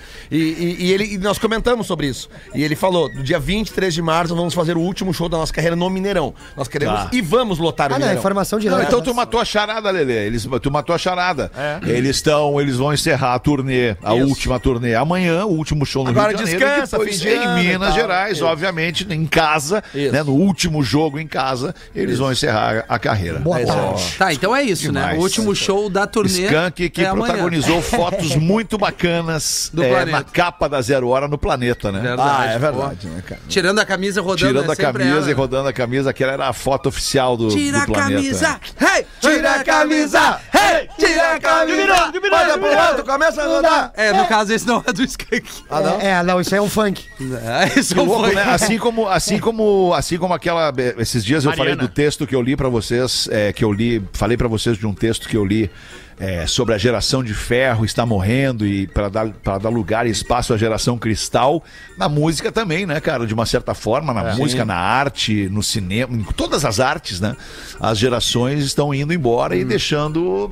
E nós comentamos sobre isso. E ele falou: no dia 23 de março vamos fazer o último show da nossa carreira no Mineirão. Nós queremos Tá. e vamos lotar o Ah, não, Mineirão. informação direta. Não, então tu matou a charada, Lelê. Tu matou a charada. Eles vão encerrar a turnê, a Isso. última turnê amanhã, o último show no Agora Rio de Janeiro. descansa, e depois fim de ano em e Minas tal. Gerais, Isso. obviamente, em casa, Isso. né, no último jogo em casa, eles vão encerrar a carreira. Boa É tarde. isso. Tá, então é isso, né? Demais. O último show da turnê Skank que é amanhã. protagonizou fotos muito bacanas Do planeta. na capa da Zero Hora no planeta, né? Verdade, É pô. verdade, né, cara? Tirando a camisa, rodando. Tirando é a sempre camisa ela. e rodando a camisa, aquela era a foto oficial do Tira a planeta. camisa! Hey! Tira a camisa! Hey! Tira a camisa! Olha pro alto, começa a rodar. É, no caso, esse não é do Skank. Não, isso aí é um funk. Esse Que é um louco, funk. né? Assim como aquela. Esses dias eu Mariana. falei do texto que eu li pra vocês, falei pra vocês de um texto que eu li sobre a geração de ferro está morrendo e para dar lugar e espaço à geração cristal. Na música também, né, cara? De uma certa forma, na música, na arte, no cinema, em todas as artes, né? As gerações estão indo embora e deixando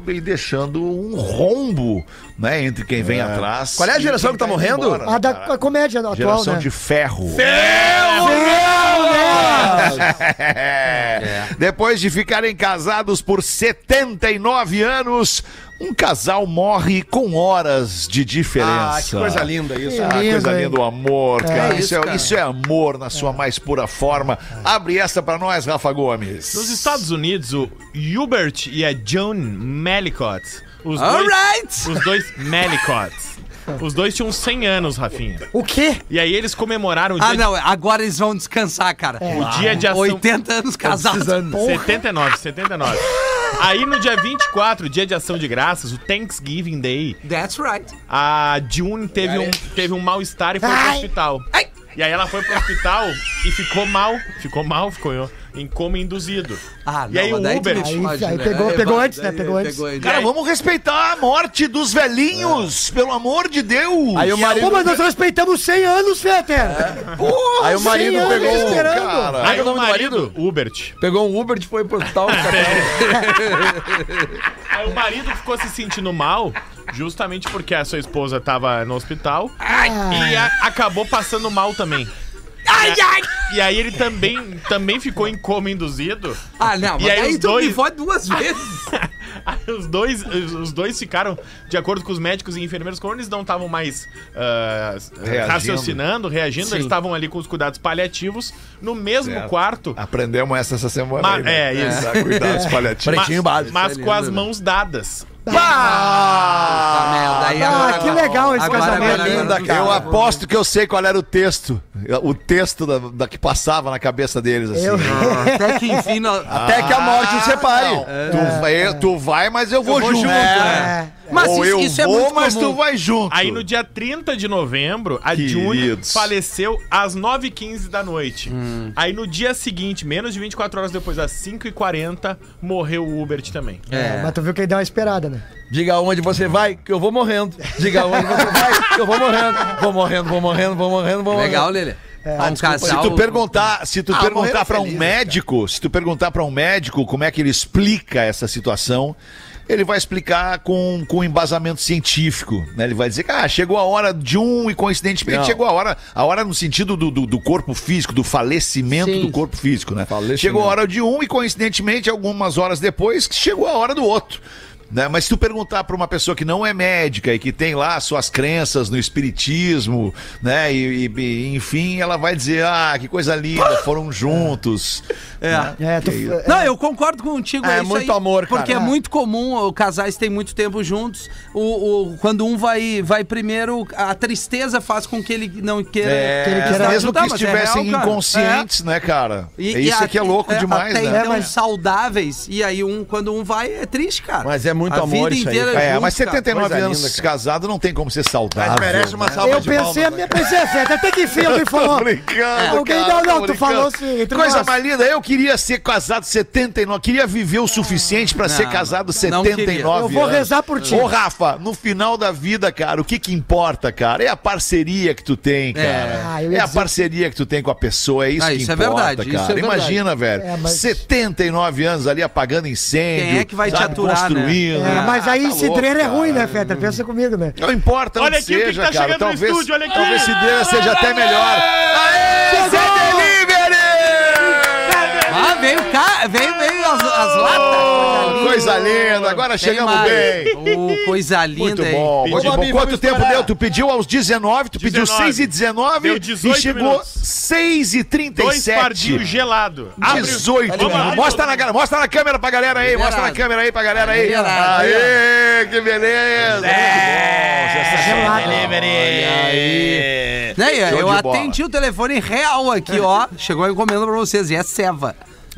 um rombo, né, entre quem vem atrás. Qual é a e geração quem que tá morrendo? embora, A né, da cara? a comédia atual, Geração né? de ferro. Depois de ficarem casados por 79 anos, um casal morre com horas de diferença. Ah, que coisa linda isso. Que Ah, lindo, coisa hein? linda, o amor, cara. isso, cara. Isso é amor na sua mais pura forma. Abre essa pra nós, Rafa Gomes. Nos Estados Unidos, o Hubert e a Joan Mallicott. Os All dois, right. os dois Mallicott. Os dois tinham 100 anos, Rafinha. O quê? E aí eles comemoraram o dia, Ah, não, agora eles vão descansar, cara. o dia de ação... 80 anos casados. 79. Aí no dia 24, dia de ação de graças, o Thanksgiving Day, That's right. a June teve um mal-estar e foi pro hospital. E aí ela foi pro hospital e ficou em coma induzido. Ah, E aí mas o daí Uber- tu me fode, Aí né? pegou antes, né? Daí Pegou antes. Cara, vamos respeitar a morte dos velhinhos, pelo amor de Deus. Aí o marido. Pô, mas nós respeitamos 100 anos, Fetter. Porra, Aí o marido 100 anos pegou. esperando. cara. Aí é o o nome do marido, Hubert. Pegou um Uber e foi pro hospital. Aí o marido ficou se sentindo mal, justamente porque a sua esposa tava no hospital e acabou passando mal também. E aí ele também ficou em coma induzido. Ah, não, mas E aí aí os tu dois- me fode 2 vezes. Aí os dois ficaram, de acordo com os médicos e enfermeiros, quando eles não estavam mais raciocinando, reagindo, eles estavam ali com os cuidados paliativos no mesmo Certo. quarto. Aprendemos essa semana. Ma- aí, né? é, isso. Dar cuidados paliativos. Pretinho básico. Mas é com as lindo, né? mãos dadas. Ah, merda. Aí agora, que legal esse casamento. linda, cara. Eu aposto que eu sei qual era o texto. O texto da que passava na cabeça deles, assim. Até que enfim... Até que a morte os separe. Tu vai, mas eu vou junto. É. Mas Ou eu isso é vou, muito mas comum. tu vai junto. Aí no dia 30 de novembro, a June Queridos. faleceu às 9h15 da noite. Aí no dia seguinte, menos de 24 horas depois, às 5h40, morreu o Hubert também. Mas tu viu que ele deu uma esperada, né? Diga onde você vai, que eu vou morrendo. Diga onde você vai, que eu vou morrendo. Vou morrendo. Legal, Lelê. Um casal... Se tu perguntar morreram para um felizes, médico, se tu perguntar para um médico como é que ele explica essa situação, ele vai explicar com embasamento científico, né? Ele vai dizer que chegou a hora de e coincidentemente Não. chegou a hora no sentido do corpo físico, do falecimento Sim. do corpo físico, né? Falecimento. Chegou a hora de e coincidentemente algumas horas depois chegou a hora do outro. Né? Mas se tu perguntar para uma pessoa que não é médica e que tem lá suas crenças no espiritismo, né? E enfim, ela vai dizer, que coisa linda, foram juntos. Não, eu concordo contigo. É isso muito aí, amor, cara. Porque é muito comum, casais têm muito tempo juntos. Quando um vai primeiro, a tristeza faz com que ele não queira. que ele queira Mesmo ajudar, que mas é estivessem real, cara. inconscientes, né, cara? E Isso aqui é louco demais, até né? então saudáveis. E aí, quando um vai, é triste, cara. Mas é muito a amor vida isso aí, inteira cara. junto, Mas cara. 79 Coisa anos linda, cara. casado não tem como ser saudável. Mas merece uma né? salva Eu de pensei, Fetter, até que enfim alguém falou. Tô brincando, Alguém cara, não, tô tu brincando. falou assim, entre Coisa nós. mais linda, eu queria ser casado 79, queria viver o suficiente pra ser casado não 79 queria. Eu vou anos. rezar por ti. Ô, Rafa, no final da vida, cara, o que importa, cara? É a parceria que tu tem, cara. eu ia É a dizer- parceria que tu tem com a pessoa, é isso que isso é importa, verdade, isso cara. é verdade. Imagina, velho, É, mas- 79 anos ali apagando incêndio. Quem é que vai te sabe, aturar, construindo. né? Mas aí tá cidreira é louco, ruim, cara. né, Fetter? Pensa comigo, né? Não importa Olha onde aqui o que seja, tá cara. chegando no estúdio, olha aqui. Talvez cidreira seja até melhor. Aê, Zé Delivery! Veio as latas. Coisa linda, agora Tem chegamos mais. bem. Coisa linda, Muito hein? bom, Pedi- muito bom. Babi, Quanto vamos tempo estourar. deu? Tu pediu aos 19, tu pediu 19. 6h19 Deu e 18 chegou minutos. 6h37. 2 fardinhos gelados. 18. Vamos lá. Mostra na câmera pra galera aí. Mostra na Liberado. câmera aí pra galera aí. Liberado. Aê, que beleza. Né, Show eu de bola. atendi o telefone real aqui, ó. Chegou a encomenda pra vocês. E é Seva.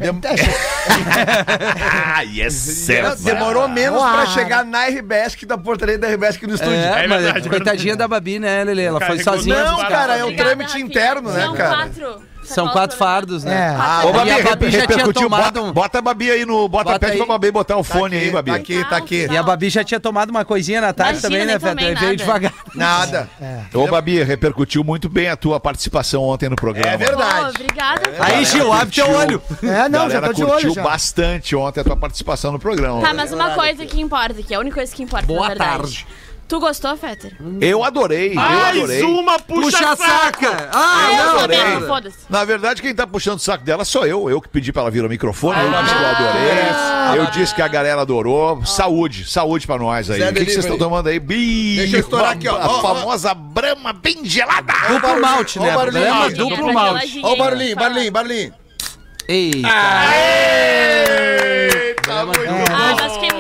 Demorou menos Uau. pra chegar na RBS que da portaria da RBS aqui no estúdio. É, É mas verdade, coitadinha da Babi, né, Lelê? Ela foi Carregou sozinha. não, buscar. cara, é um Obrigada, trâmite filha. interno, né, São cara? 4. São 4 fardos, né? É. Ô, E Babi, a Babi já tinha repercutiu. tomado um... Bota a Babi aí no. Bota Pede aí. pra Babi botar o fone aí, Babi. Tá aqui, tá aqui. E a Babi já tinha tomado uma coisinha na tarde Imagina, também, né, nem tomei Feta? Veio nada. devagar. Nada. Ô, Babi, repercutiu muito bem a tua participação ontem no programa. É verdade. Obrigada. Aí, Gil, abre teu olho. É, não, já Galera tô de curtiu olho já. bastante ontem a tua participação no programa. Tá, mas uma coisa que importa, que é a única coisa que importa, Boa na verdade. tarde. Tu gostou, Fetter? Eu adorei, eu Mais adorei. uma Puxa puxa-saco. saca! Ah, eu não, também, cara. foda-se. Na verdade, quem tá puxando o saco dela sou eu. Eu que pedi pra ela vir ao microfone. Eu disse que eu adorei. Eu disse que a galera adorou. Saúde, saúde pra nós aí. Zé O que vocês Delivery. estão tomando aí? Deixa eu estourar aqui, ó. A Ó, ó. famosa Brahma bem gelada. Duplo malte, Ó o né? barulhinho. Brahma, Geladinha, duplo pra malte. geladinha. Ó o barulhinho. Eita. Eita, muito Ah, mas fiquei muito triste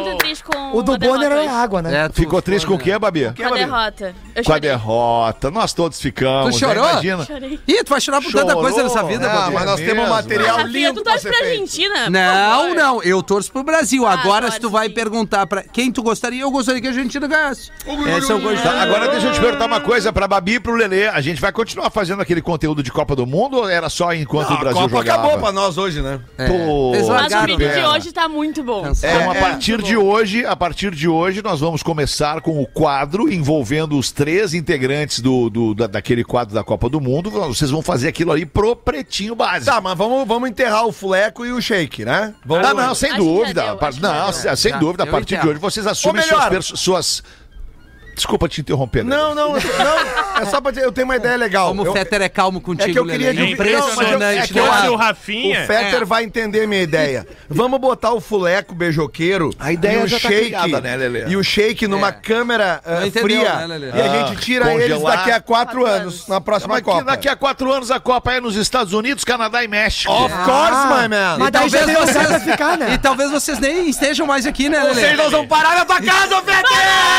triste com O do a derrota Bonner é hoje. água, né? Ficou triste com o quê, Babi? Com a derrota. Eu Com a chorei. derrota. Nós todos ficamos. Tu chorou? Né? Imagina. Chorei. Ih, tu vai chorar por tanta Chorou? coisa nessa vida, Ah, Babi. mas nós temos um mesmo, material Rafinha, lindo tu pra torce ser pra feito. Argentina? por Não, favor. não, eu torço pro Brasil. Agora, se tu torce vai sim. perguntar pra quem tu gostaria, eu gostaria que a Argentina ganhasse. Esse é o gosto. Tá, agora deixa eu te perguntar uma coisa pra Babi e pro Lelê. A gente vai continuar fazendo aquele conteúdo de Copa do Mundo ou era só enquanto o A Brasil Copa jogava? acabou pra nós hoje, né? Pô. Eles Mas o largaram, vídeo né? de hoje tá muito bom. Então, a partir muito de bom. hoje, nós vamos começar com o quadro envolvendo os 3 integrantes daquele quadro da Copa do Mundo. Vocês vão fazer aquilo ali pro Pretinho Básico. Tá, mas vamos enterrar o Fuleco e o Shake, né? Vamos... Ah, não, sem Acho que dúvida. já deu, acho que já Não, deu. sem Já, dúvida. A eu partir de entendo. hoje vocês assumem Ou melhor- suas. Desculpa te interromper. Lelê. Não, é só pra dizer, eu tenho uma ideia legal. Como o Eu- Fetter é calmo contigo, É que eu queria Lelê. que- Impressionante. Não, mas É que hoje o O Rafinha... Fetter vai entender minha ideia. Vamos botar o Fuleco beijoqueiro. A ideia e o já tá Shake, criada, né, Lelê? E o Shake numa câmera Não entendeu, fria. né, Lelê? E a gente tira eles congelar. daqui a 4 anos, na próxima Mas Copa. daqui a 4 anos a Copa é nos Estados Unidos, Canadá e México. Of course, my man. Mas daí já talvez tem lugar vocês- pra ficar, né? E talvez vocês nem estejam mais aqui, né, Lelê? Vocês não vão parar na tua casa, Fetter!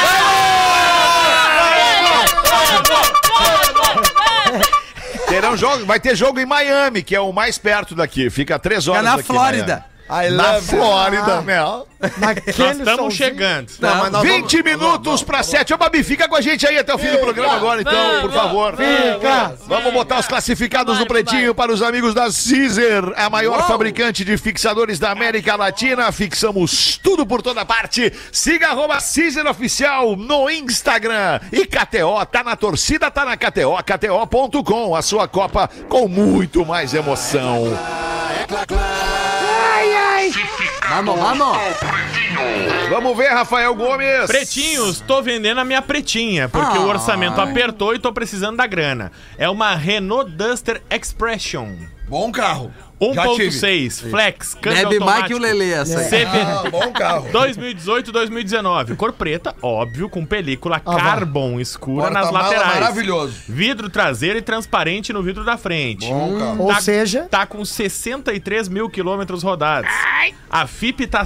Terão jogo, vai ter jogo em Miami, que é o mais perto daqui. Fica 3 É horas na daqui, Flórida. I Na love you. Flórida, né? Nós Naquele estamos solzinho. chegando. Não, mas nós 20 minutos para 7. Ô, Babi, fica com a gente aí até o fim do programa agora, então, por favor. Fica. Vamos botar os classificados do Vambora, Pretinho para os amigos da Caesar, a maior fabricante de fixadores da América Latina. Fixamos tudo por toda parte. Siga @Caesar Oficial no Instagram. E KTO, tá na torcida, tá na KTO, KTO.com. A sua Copa com muito mais emoção. Vamos. Vamos ver, Rafael Gomes. Pretinhos, tô vendendo a minha pretinha, porque o orçamento apertou e tô precisando da grana. É uma Renault Duster Expression. Bom carro. Já tive. 1.6, flex, câmbio Bebe automático. mais que o Lelê essa aí. CVT. Bom carro. 2018-2019. Cor preta, óbvio, com película carbon escura nas Porta-mala laterais. maravilhoso. Vidro traseiro e transparente no vidro da frente. Bom carro. Ou seja, Tá com 63 mil quilômetros rodados. A FIP tá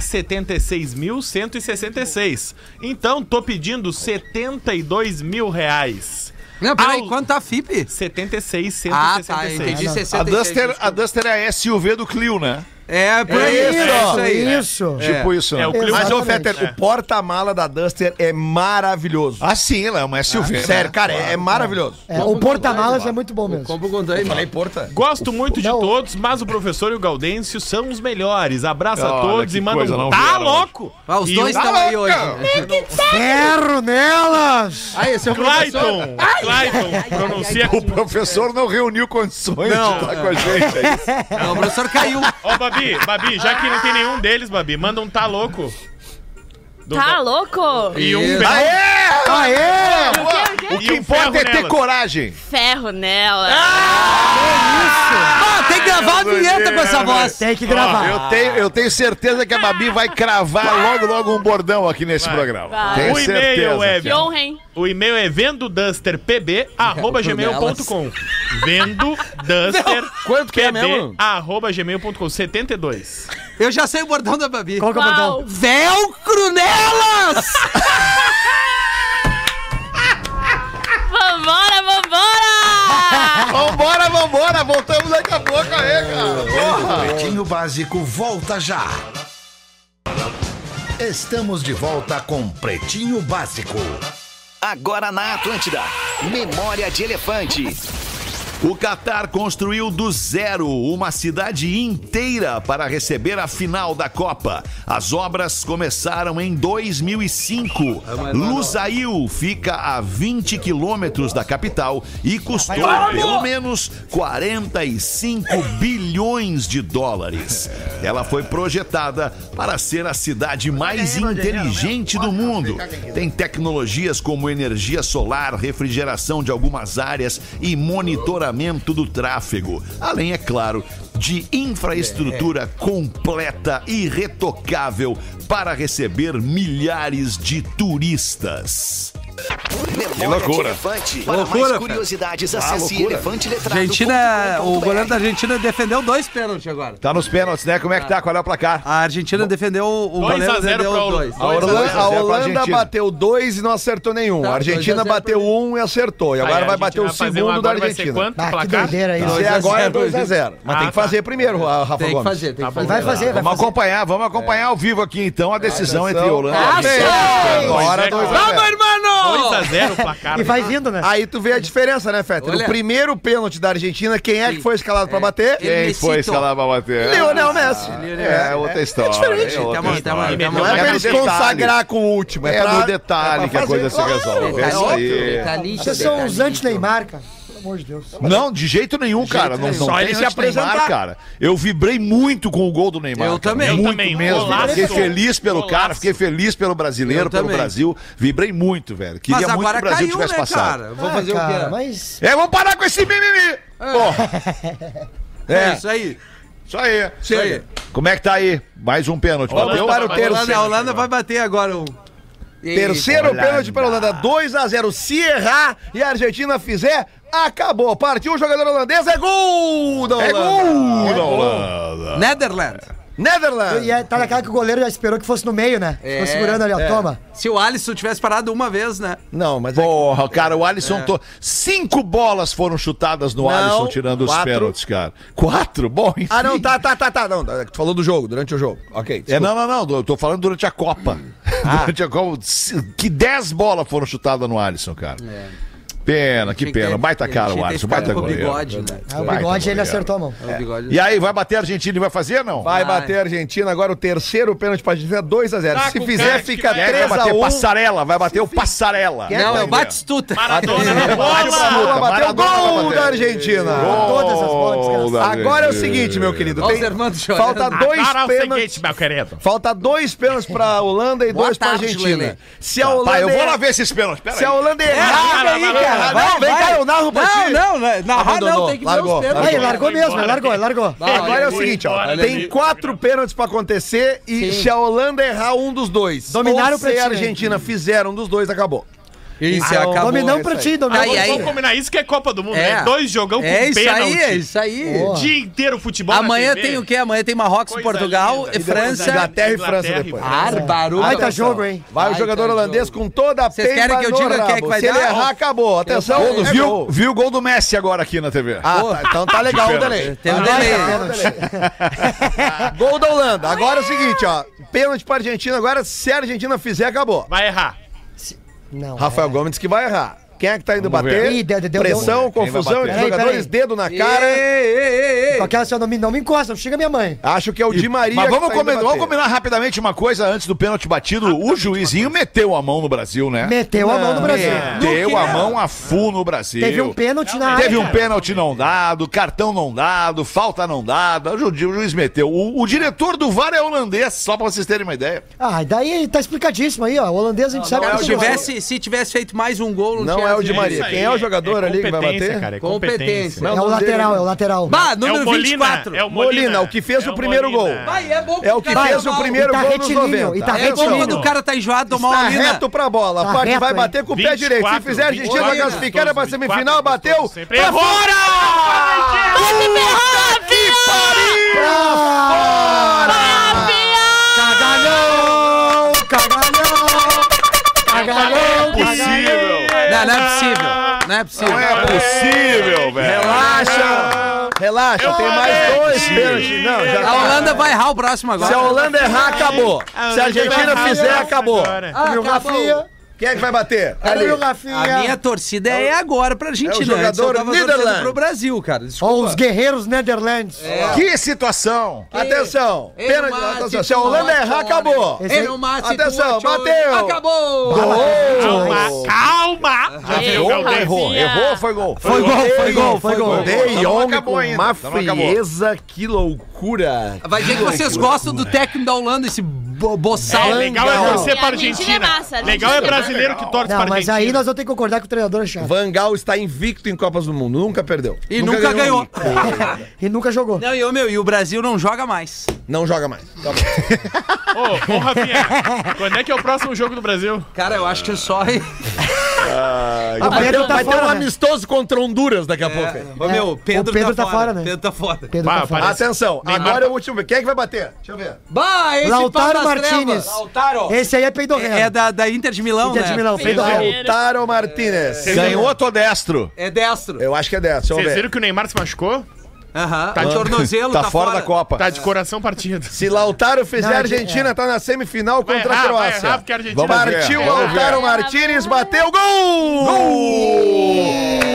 76.166. Então, tô pedindo 72 mil reais. Não, peraí, Au. quanto tá a FIP? 76.166. Ah, tá, entendi. Não. 66. A Duster é a SUV do Clio, né? É, por aí. É isso, aí, né? isso. Tipo isso, né? É o Clio. Mas, ô, Exatamente. Fetter, o porta-mala da Duster é maravilhoso. Ah, sim, ela é uma SUV. né? Sério, cara, é maravilhoso. É, o porta-malas é muito bom mesmo. Compra o Gondai, Falei porta? Gosto muito de Não. todos, mas o professor e o Gaudêncio são os melhores. Abraço a Olha, todos que e manda coisa, um não tá vieram louco! Ah, os E dois o estão aí hoje. Ferro nelas! Ah, esse é o professor. Clayton, pronuncia. O professor não reuniu condições Não. de estar com a gente. É isso. Não, o professor caiu. Ó, Babi, já que não tem nenhum deles, Babi, manda um tá louco. Do- Tá louco? E um Isso. ferro, Aê! O que um importa ferro é ter nelas. coragem. Ferro nela. Ah, tem que gravar a vinheta com essa voz. Tem que gravar. Eu tenho certeza que a Babi vai cravar logo um bordão aqui nesse programa. Vai. Tenho O e-mail certeza. é Que honra, hein? O e-mail é vendodusterpb@gmail.com. Quanto que é mesmo? vendodusterpb@gmail.com. 72. Eu já sei o bordão da Babi. Qual que é o Qual? bordão? Velcro nelas! Vambora! Vambora. Voltamos daqui a pouco aí, cara. O Pretinho Básico volta já. Estamos de volta com Pretinho Básico. Agora na Atlântida, Memória de Elefante. O Catar construiu do zero uma cidade inteira para receber a final da Copa. As obras começaram em 2005. Lusail fica a 20 quilômetros da capital e custou pelo menos 45 bilhões de dólares. Ela foi projetada para ser a cidade mais inteligente do mundo. Tem tecnologias como energia solar, refrigeração de algumas áreas e monitoramento do tráfego, além, é claro, de infraestrutura completa e retocável para receber milhares de turistas. Memória loucura. de Elefante. Que Para loucura, mais cara. curiosidades, acesse elefanteletrado.com.br. Argentina, o goleiro da Argentina defendeu 2 pênaltis agora. Tá nos pênaltis, né? Como é que tá? Qual é o placar? A Argentina defendeu, o 2 goleiro a 0 defendeu pro 2. A Holanda Argentina. bateu 2 e não acertou nenhum. Tá, A Argentina 2 a 0 bateu 1 e acertou. E agora Aí, vai a bater o Argentina vai fazer segundo da agora vai ser Argentina. quanto Ah, que placar? doideira isso. E agora é 2 a 2x0. Mas tem que fazer primeiro, Rafa Tem que Gomes. fazer, tem que fazer. Vai fazer, vai Vamos fazer. acompanhar ao vivo aqui então a decisão entre Holanda Ah, e sim. Agora Pois é, 2x0. Vamos, irmão! 2x0 o placar. E vai vindo, né? Aí tu vê a diferença, né, Fetter? Olha. O primeiro pênalti da Argentina, quem é que foi escalado pra bater? Quem foi Necessito. escalado pra bater? Lionel Messi. É outra história. diferente. é outra Tá bom, história. tá bom. Não é É pra no eles detalhe. consagrar com o último. É pra- no detalhe é que a pra coisa fazer. se resolve. É isso aí. Vocês são os anti-Neymar, cara. Pelo amor de Deus. Não, de jeito nenhum, cara. Não, Só não ele tem se anti-Neymar, apresentar. cara. Eu vibrei muito com o gol do Neymar. Eu cara. também. Muito Eu também. mesmo. Golaço. Fiquei feliz pelo Golaço. cara, fiquei feliz pelo brasileiro, Eu pelo também. Brasil. Vibrei muito, velho. Queria Mas muito que agora o Brasil caiu, tivesse né, passado. cara? Vou fazer o cara, quê? mas... Vamos parar com esse mimimi. Porra, É isso aí. isso aí. Isso aí. Como é que tá aí? Mais um pênalti. Vamos Valeu? para o A Holanda, terceiro. a Holanda vai bater agora. Terceiro Holanda. pênalti para a Holanda, 2x0. Se errar e a Argentina fizer, acabou. Partiu o jogador holandês, é gol da Holanda. É gol da Holanda. Netherlands. Netherlands. E tá naquela que o goleiro já esperou que fosse no meio, né? Ficou segurando ali, ó. Toma. Se o Alisson tivesse parado uma vez, né? Não, mas Porra, cara, o Alisson... 5 bolas foram chutadas no Não, Alisson, tirando os 4. pênaltis, cara. 4? Bom, enfim. Ah, não, tá. Não, tu falou do jogo, durante o jogo. Ok. É, não, eu tô falando durante a Copa. Durante a Copa, que 10 bolas foram chutadas no Alisson, cara. Pena, que pena. Baita cara o Alisson, baita com o goleiro. bigode, né? Ah, o Baita bigode ele goleiro. acertou a mão. O bigode. E aí, vai bater a Argentina e vai fazer, não? Vai bater a Argentina, agora o terceiro pênalti pra Argentina, 2x0. Tá Se com fizer, cara que fica vai- Vai bater 3x1. passarela, vai bater o passarela. Não, é o Batistuta. Maradona na Bateu bola. bateu o gol da Argentina. Todas as bolas, Gol da Agora é o Argentina. seguinte, meu querido. Olha tem- os irmãos chorando. falta dois Agora é o pênaltis. seguinte, meu querido. Falta 2 pênaltis pra Holanda e Boa 2 pra tarde, Argentina. Lelê. Se a Holanda Pai, eu vou lá errar- ver esses pênaltis. Pera Se a aí. Holanda errar, Narra aí, cara. não, vem cá, eu narro pra ti. Não, narrar Abandonou, não, tem que ver largou, os pênaltis. Aí, largou mesmo, largou. Agora é o seguinte, ó. Olha Tem ali. 4 pênaltis pra acontecer e se a Holanda errar um dos dois, Dominaram ou o se a pretinho. Argentina fizer um dos dois, acabou. Isso, Então, acabou. Dominão é pra isso ti, aí. dominão Aí, pra aí. ti. Vamos combinar isso que é Copa do Mundo, É. né? 2 jogão com É isso pênalti. aí, é isso aí. Boa. Dia inteiro futebol na Amanhã TV. tem o quê? Amanhã tem Marrocos, Coisa Portugal linda. e França. Inglaterra e França depois. Bárbaro. Baita jogo, hein? Vai o Baita jogador jogo. holandês com toda a Vocês querem que eu diga quem é que vai Se ele dar? errar, acabou. Atenção. falo, é gol. Viu o gol do Messi agora aqui na TV. Ah, tá, então tá legal o delay. Tem um Baita delay. pênalti. Gol da Holanda. Agora é o seguinte, ó. Pênalti pra Argentina. Agora, se a Argentina fizer, acabou. Vai errar. Não. Rafael Gomes disse que vai errar. Quem é que tá indo Vamos bater? ver. Ih, deu. Pressão, Quem vai confusão bater? entre Peraí, jogadores, peraí. dedo na cara. Com aquela assim, ó, não me encosta, não chega minha mãe. Acho que é o Di Maria. Mas que vamos tá indo combinar, bater. rapidamente uma coisa antes do pênalti batido. O juizinho meteu a mão no Brasil, né? Meteu a mão no Brasil. Meteu a mão a full no Brasil. Teve um pênalti na Teve área. um pênalti não dado, cartão não dado, falta não dada. O juiz meteu. O diretor do VAR é holandês, só pra vocês terem uma ideia. Ah, daí tá explicadíssimo aí, ó. O holandês a gente sabe Se que se tivesse feito mais um gol, Não tinha é o Di sido. Maria. isso Quem aí. é o jogador ali que vai competência, bater? Cara, é Competência. É o lateral. Bah, É número o Molina. 24. É o Molina, o que fez o primeiro gol. Vai, é bom É o que cara fez tá o mal. primeiro E tá gol nos retilíneo, 90. e tá É bom retilíneo. quando o cara tá enjoado tomar Está uma olina. reto pra bola. A Tá parte reto, vai hein? bater com o pé 24, direito. Se fizer, a Argentina vai 24, classificar pra 24, semifinal. Bateu. sempre Pra errou. fora! Cagalhão! Possível. Não é possível. Não é possível. Não é possível, velho. Relaxa, tem mais 2 pênaltis. Não, já A tá. Holanda vai errar o próximo agora. Se a Holanda errar, acabou. Se a Argentina fizer, acabou. Viu, Rafinha? Quem é que vai bater? Cadê Ali. o Rafinha? A minha torcida é agora pra Argentina. É o jogador Antes eu tava torcendo Netherlands. pro Brasil, cara. Ó, Desculpa. os guerreiros Netherlands. Que situação. Atenção. Ele Pênalti. mate Atenção. Se a Holanda tu, errar, Antônio. acabou. Esse aí- Ele não mate Atenção, tu, bateu. Acabou. Calma. Errou. Errou, foi gol. Foi gol. De Então não Jong acabou com ainda, uma então não acabou. frieza, que loucura. Vai ver que vocês gostam do técnico da Holanda, esse boçal. É, legal é Não. torcer pra A Argentina Argentina. é massa, a Legal é Argentina é brasileiro que torce pra Não, mas Argentina. aí nós vamos ter que concordar que o treinador é chato. Van Gaal está invicto em Copas do Mundo, nunca perdeu. E nunca ganhou. E nunca jogou. Não, e o Brasil não joga mais. Não joga mais. Tá bom. Ô, Rafinha, quando é que é o próximo jogo do Brasil? Cara, eu acho que é só. Pedro tá vai ter fora, um né? amistoso contra Honduras daqui a pouco. Ô, meu, o Pedro tá fora, né? Pedro tá fora. Pedro tá fora. parece- Atenção, Neymar agora tá- é o último. Quem é que vai bater? Deixa eu ver. Bah, esse Lautaro pau das Martínez. trevas. Lautaro. Esse aí é peidorreiro. É da Inter de Milão, Inter né? de Milão, peidorreiro. Lautaro Martínez. Canhoto ou destro? É destro. Eu acho que é dessa. Deixa eu Vocês ver. viram que o Neymar se machucou? Aham. Tá O de- tornozelo Tá fora da Copa. Tá de coração partido. Se Lautaro fizer, Não, a Argentina tá na semifinal Vai contra a errar, vai Croácia. errar, porque a Argentina... Vamos ver. Partiu Vamos Lautaro Martínez, bateu, gol!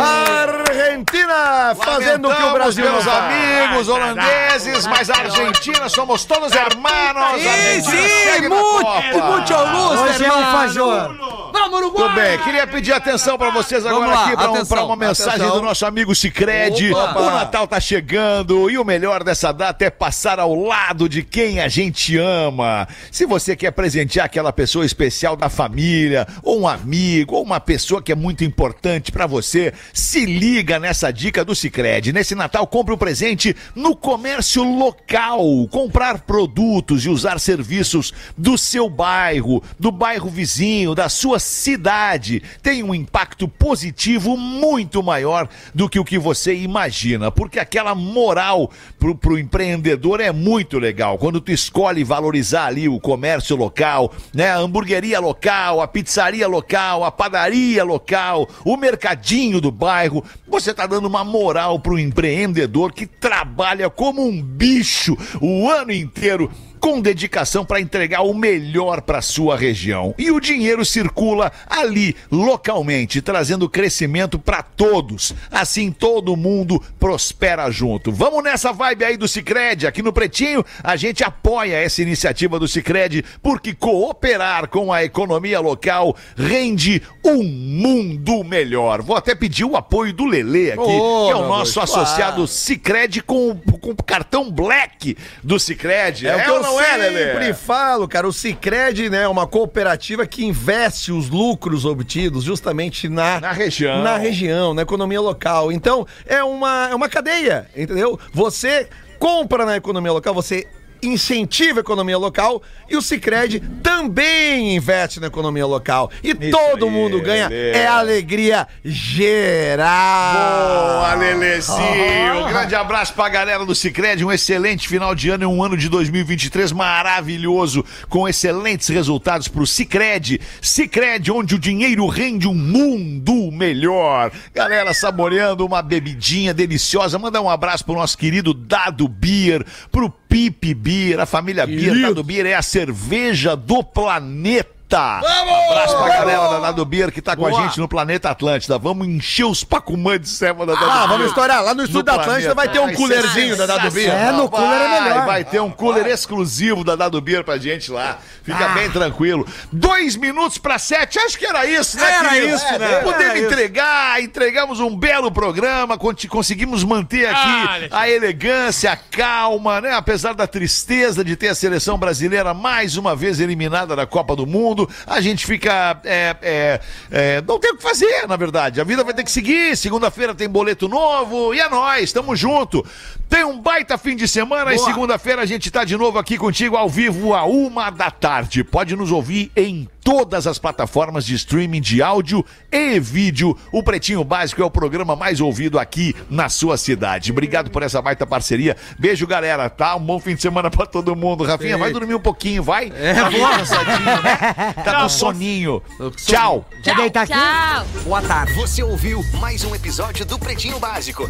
Argentina fazendo o que o Brasil meus não faz. amigos holandeses, mas a Argentina somos todos hermanos. A Argentina segue na Copa. Mucho luz, Hoje é um fajor. Vamos, Uruguai! Tudo bem, queria pedir atenção pra vocês agora Vamos lá, aqui, pra atenção, uma mensagem atenção. do nosso amigo Sicredi. Opa. O Natal tá chegando e o melhor dessa data é passar ao lado de quem a gente ama. Se você quer presentear aquela pessoa especial da família, ou um amigo, ou uma pessoa que é muito importante pra você, se liga nessa dica do Sicredi. Nesse Natal, compre o presente no comércio local. Comprar produtos e usar serviços do seu bairro, do bairro vizinho, da sua cidade, tem um impacto positivo muito maior do que o que você imagina, porque aquela moral pro empreendedor é muito legal. Quando tu escolhe valorizar ali o comércio local, né, a hamburgueria local, a pizzaria local, a padaria local, o mercadinho do bairro, você tá dando uma moral pro empreendedor que trabalha como um bicho o ano inteiro com dedicação para entregar o melhor para sua região. E o dinheiro circula ali, localmente, trazendo crescimento para todos. Assim todo mundo prospera junto. Vamos nessa vibe aí do Sicredi. Aqui no Pretinho, a gente apoia essa iniciativa do Sicredi, porque cooperar com a economia local rende um mundo melhor. Vou até pedir o apoio do Lelê aqui, Ô, que é o meu nosso Deus, associado Sicredi com o cartão Black do Sicredi. É o que eu não é, Lelê? sempre falo, cara. O Sicredi, né, é uma cooperativa que investe os lucros obtidos justamente na região. Na região, na economia local. Então, é uma cadeia, entendeu? Você compra na economia local, você incentiva a economia local e o Sicredi também investe na economia local. E todo mundo ganha. É alegria geral. Boa, Lelezinho. Grande abraço pra galera do Sicredi. Um excelente final de ano e um ano de 2023 maravilhoso, com excelentes resultados pro Sicredi. Sicredi, onde o dinheiro rende um mundo melhor. Galera saboreando uma bebidinha deliciosa. Mandar um abraço pro nosso querido Dado Beer, pro Pipe Beer, a família Beer. Dado Beer é a cerveja do planeta. Abraço pra galera da Dado Beer que tá com a gente no Planeta Atlântida. Vamos encher os pacumãs de ceva da Dado Beer. Vamos estourar. Lá no estúdio da Atlântida vai ter um coolerzinho da Dado Beer. É, no cooler é melhor. Vai ter um cooler exclusivo da Dado Beer pra gente lá. Fica bem tranquilo. 2 minutos pra 7. Acho que era isso, né, Era querido? isso, né? Podemos entregar. Entregamos um belo programa. Conseguimos manter aqui a elegância, a calma, né? Apesar da tristeza de ter a seleção brasileira mais uma vez eliminada da Copa do Mundo, a gente fica... não tem o que fazer, na verdade. A vida vai ter que seguir. Segunda-feira tem boleto novo. E é nóis, tamo junto. Tem um baita fim de semana. E segunda-feira a gente tá de novo aqui contigo ao vivo à 1h. Pode nos ouvir em todas as plataformas de streaming de áudio e vídeo. O Pretinho Básico é o programa mais ouvido aqui na sua cidade. Obrigado por essa baita parceria. Beijo, galera, tá? Um bom fim de semana pra todo mundo. Rafinha, vai dormir um pouquinho, vai? Tá meio cansadinho, né? Tá com soninho. Tchau. Quer deitar aqui? Tchau. Boa tarde. Você ouviu mais um episódio do Pretinho Básico.